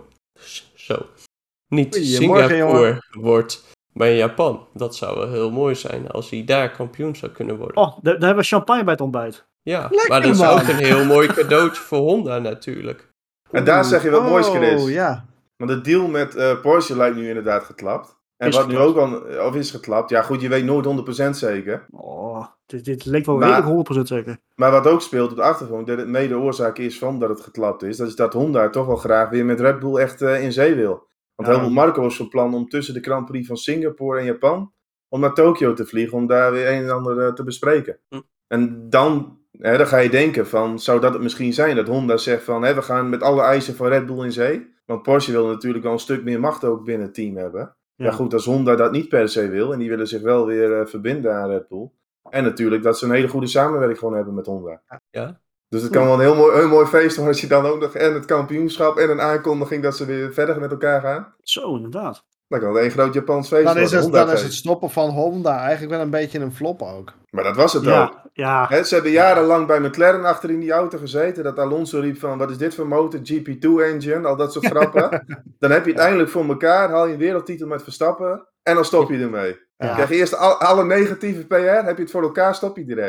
Zo. Niet Goedemorgen, Singapore wordt, maar Japan. Dat zou wel heel mooi zijn als hij daar kampioen zou kunnen worden. Oh, daar, daar hebben we champagne bij het ontbijt. Ja, Lekker, maar dat is man. ook een heel mooi cadeautje voor Honda natuurlijk. En daar zeg je wat moois, Chris. Oh, ja. Want de deal met uh, Porsche lijkt nu inderdaad geklapt. En Is wat nu geklapt. ook al, of is geklapt. Ja goed, je weet nooit honderd procent zeker. Oh, dit, dit leek wel Maar- redelijk honderd procent zeker. Maar wat ook speelt op de achtergrond, dat het mede oorzaak is van dat het geklapt is. Dat is dat Honda toch wel graag weer met Red Bull echt uh, in zee wil. Want Ja. Helmut Marko is van plan om tussen de Grand Prix van Singapore en Japan, om naar Tokio te vliegen, om daar weer een en ander uh, te bespreken. Hm. En dan, hè, dan ga je denken van, zou dat het misschien zijn dat Honda zegt van, hè, we gaan met alle eisen van Red Bull in zee. Want Porsche wil natuurlijk wel een stuk meer macht ook binnen het team hebben. Ja, Ja. goed, als Honda dat niet per se wil en die willen zich wel weer uh, verbinden aan Red Bull. En natuurlijk dat ze een hele goede samenwerking gewoon hebben met Honda. Ja. Dus het kan wel een heel mooi, een mooi feest worden als je dan ook nog en het kampioenschap en een aankondiging dat ze weer verder met elkaar gaan. Zo, inderdaad. Dan kan het één groot Japans feest Dan, is worden. het, Honda dan is feest. het stoppen van Honda eigenlijk wel een beetje een flop ook. Maar dat was het ook. Ja, ja. Hè, ze hebben jarenlang bij McLaren achter in die auto gezeten. Dat Alonso riep van, wat is dit voor motor? G P twee engine, al dat soort grappen. Dan heb je het eindelijk voor elkaar. Haal je een wereldtitel met Verstappen. En dan stop je ermee. Ja. Krijg je eerst al, alle negatieve P R. Heb je het voor elkaar, stop je direct.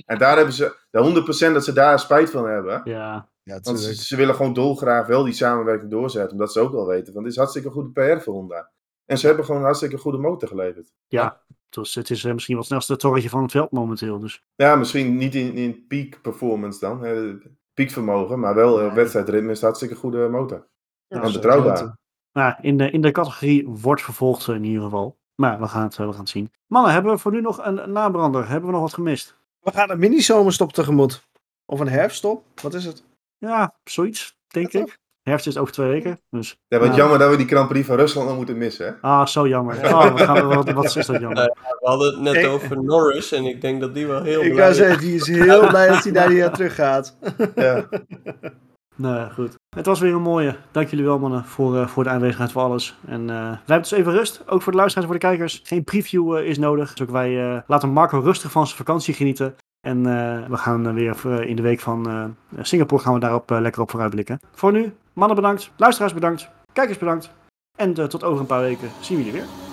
En daar hebben ze, de honderd procent dat ze daar spijt van hebben. Ja, Ja, Want ze, natuurlijk. ze willen gewoon dolgraag wel die samenwerking doorzetten. Omdat ze ook wel weten, want het is hartstikke goede P R voor Honda. En ze hebben gewoon een hartstikke goede motor geleverd. ja. Dus het is eh, misschien wel het snelste torretje van het veld momenteel. Dus. Ja, misschien niet in, in peak performance dan. Hè, piekvermogen, maar wel uh, Nee. wedstrijdritme is het hartstikke goede motor. Ja, en zo betrouwbaar. weten. Nou, in de, in de categorie wordt vervolgd in ieder geval. Maar we gaan het, we gaan het zien. Mannen, hebben we voor nu nog een nabrander? Hebben we nog wat gemist? We gaan een mini-zomerstop tegemoet. Of een herfststop. Wat is het? Ja, zoiets, denk Ja, ik. Herfst is over twee weken. Dus. Ja, wat Nou. jammer dat we die Grand Prix van Rusland nog moeten missen, hè? Ah, zo jammer. Oh, wat, gaan we, wat, wat is dat jammer. We hadden het net Ik- over Norris en ik denk dat die wel heel Ik blij wou is. zeggen, die is heel blij dat hij daar niet aan terug gaat. Ja. Nou, goed. Het was weer een mooie. Dank jullie wel, mannen, voor, uh, voor de aanwezigheid voor alles. En uh, wij hebben dus even rust. Ook voor de luisteraars en voor de kijkers. Geen preview uh, is nodig. Dus ook wij uh, laten Marco rustig van zijn vakantie genieten. En uh, we gaan uh, weer uh, in de week van uh, Singapore gaan we daarop uh, lekker op vooruitblikken. Voor nu, mannen bedankt. Luisteraars bedankt. Kijkers bedankt. En uh, tot over een paar weken zien we jullie weer.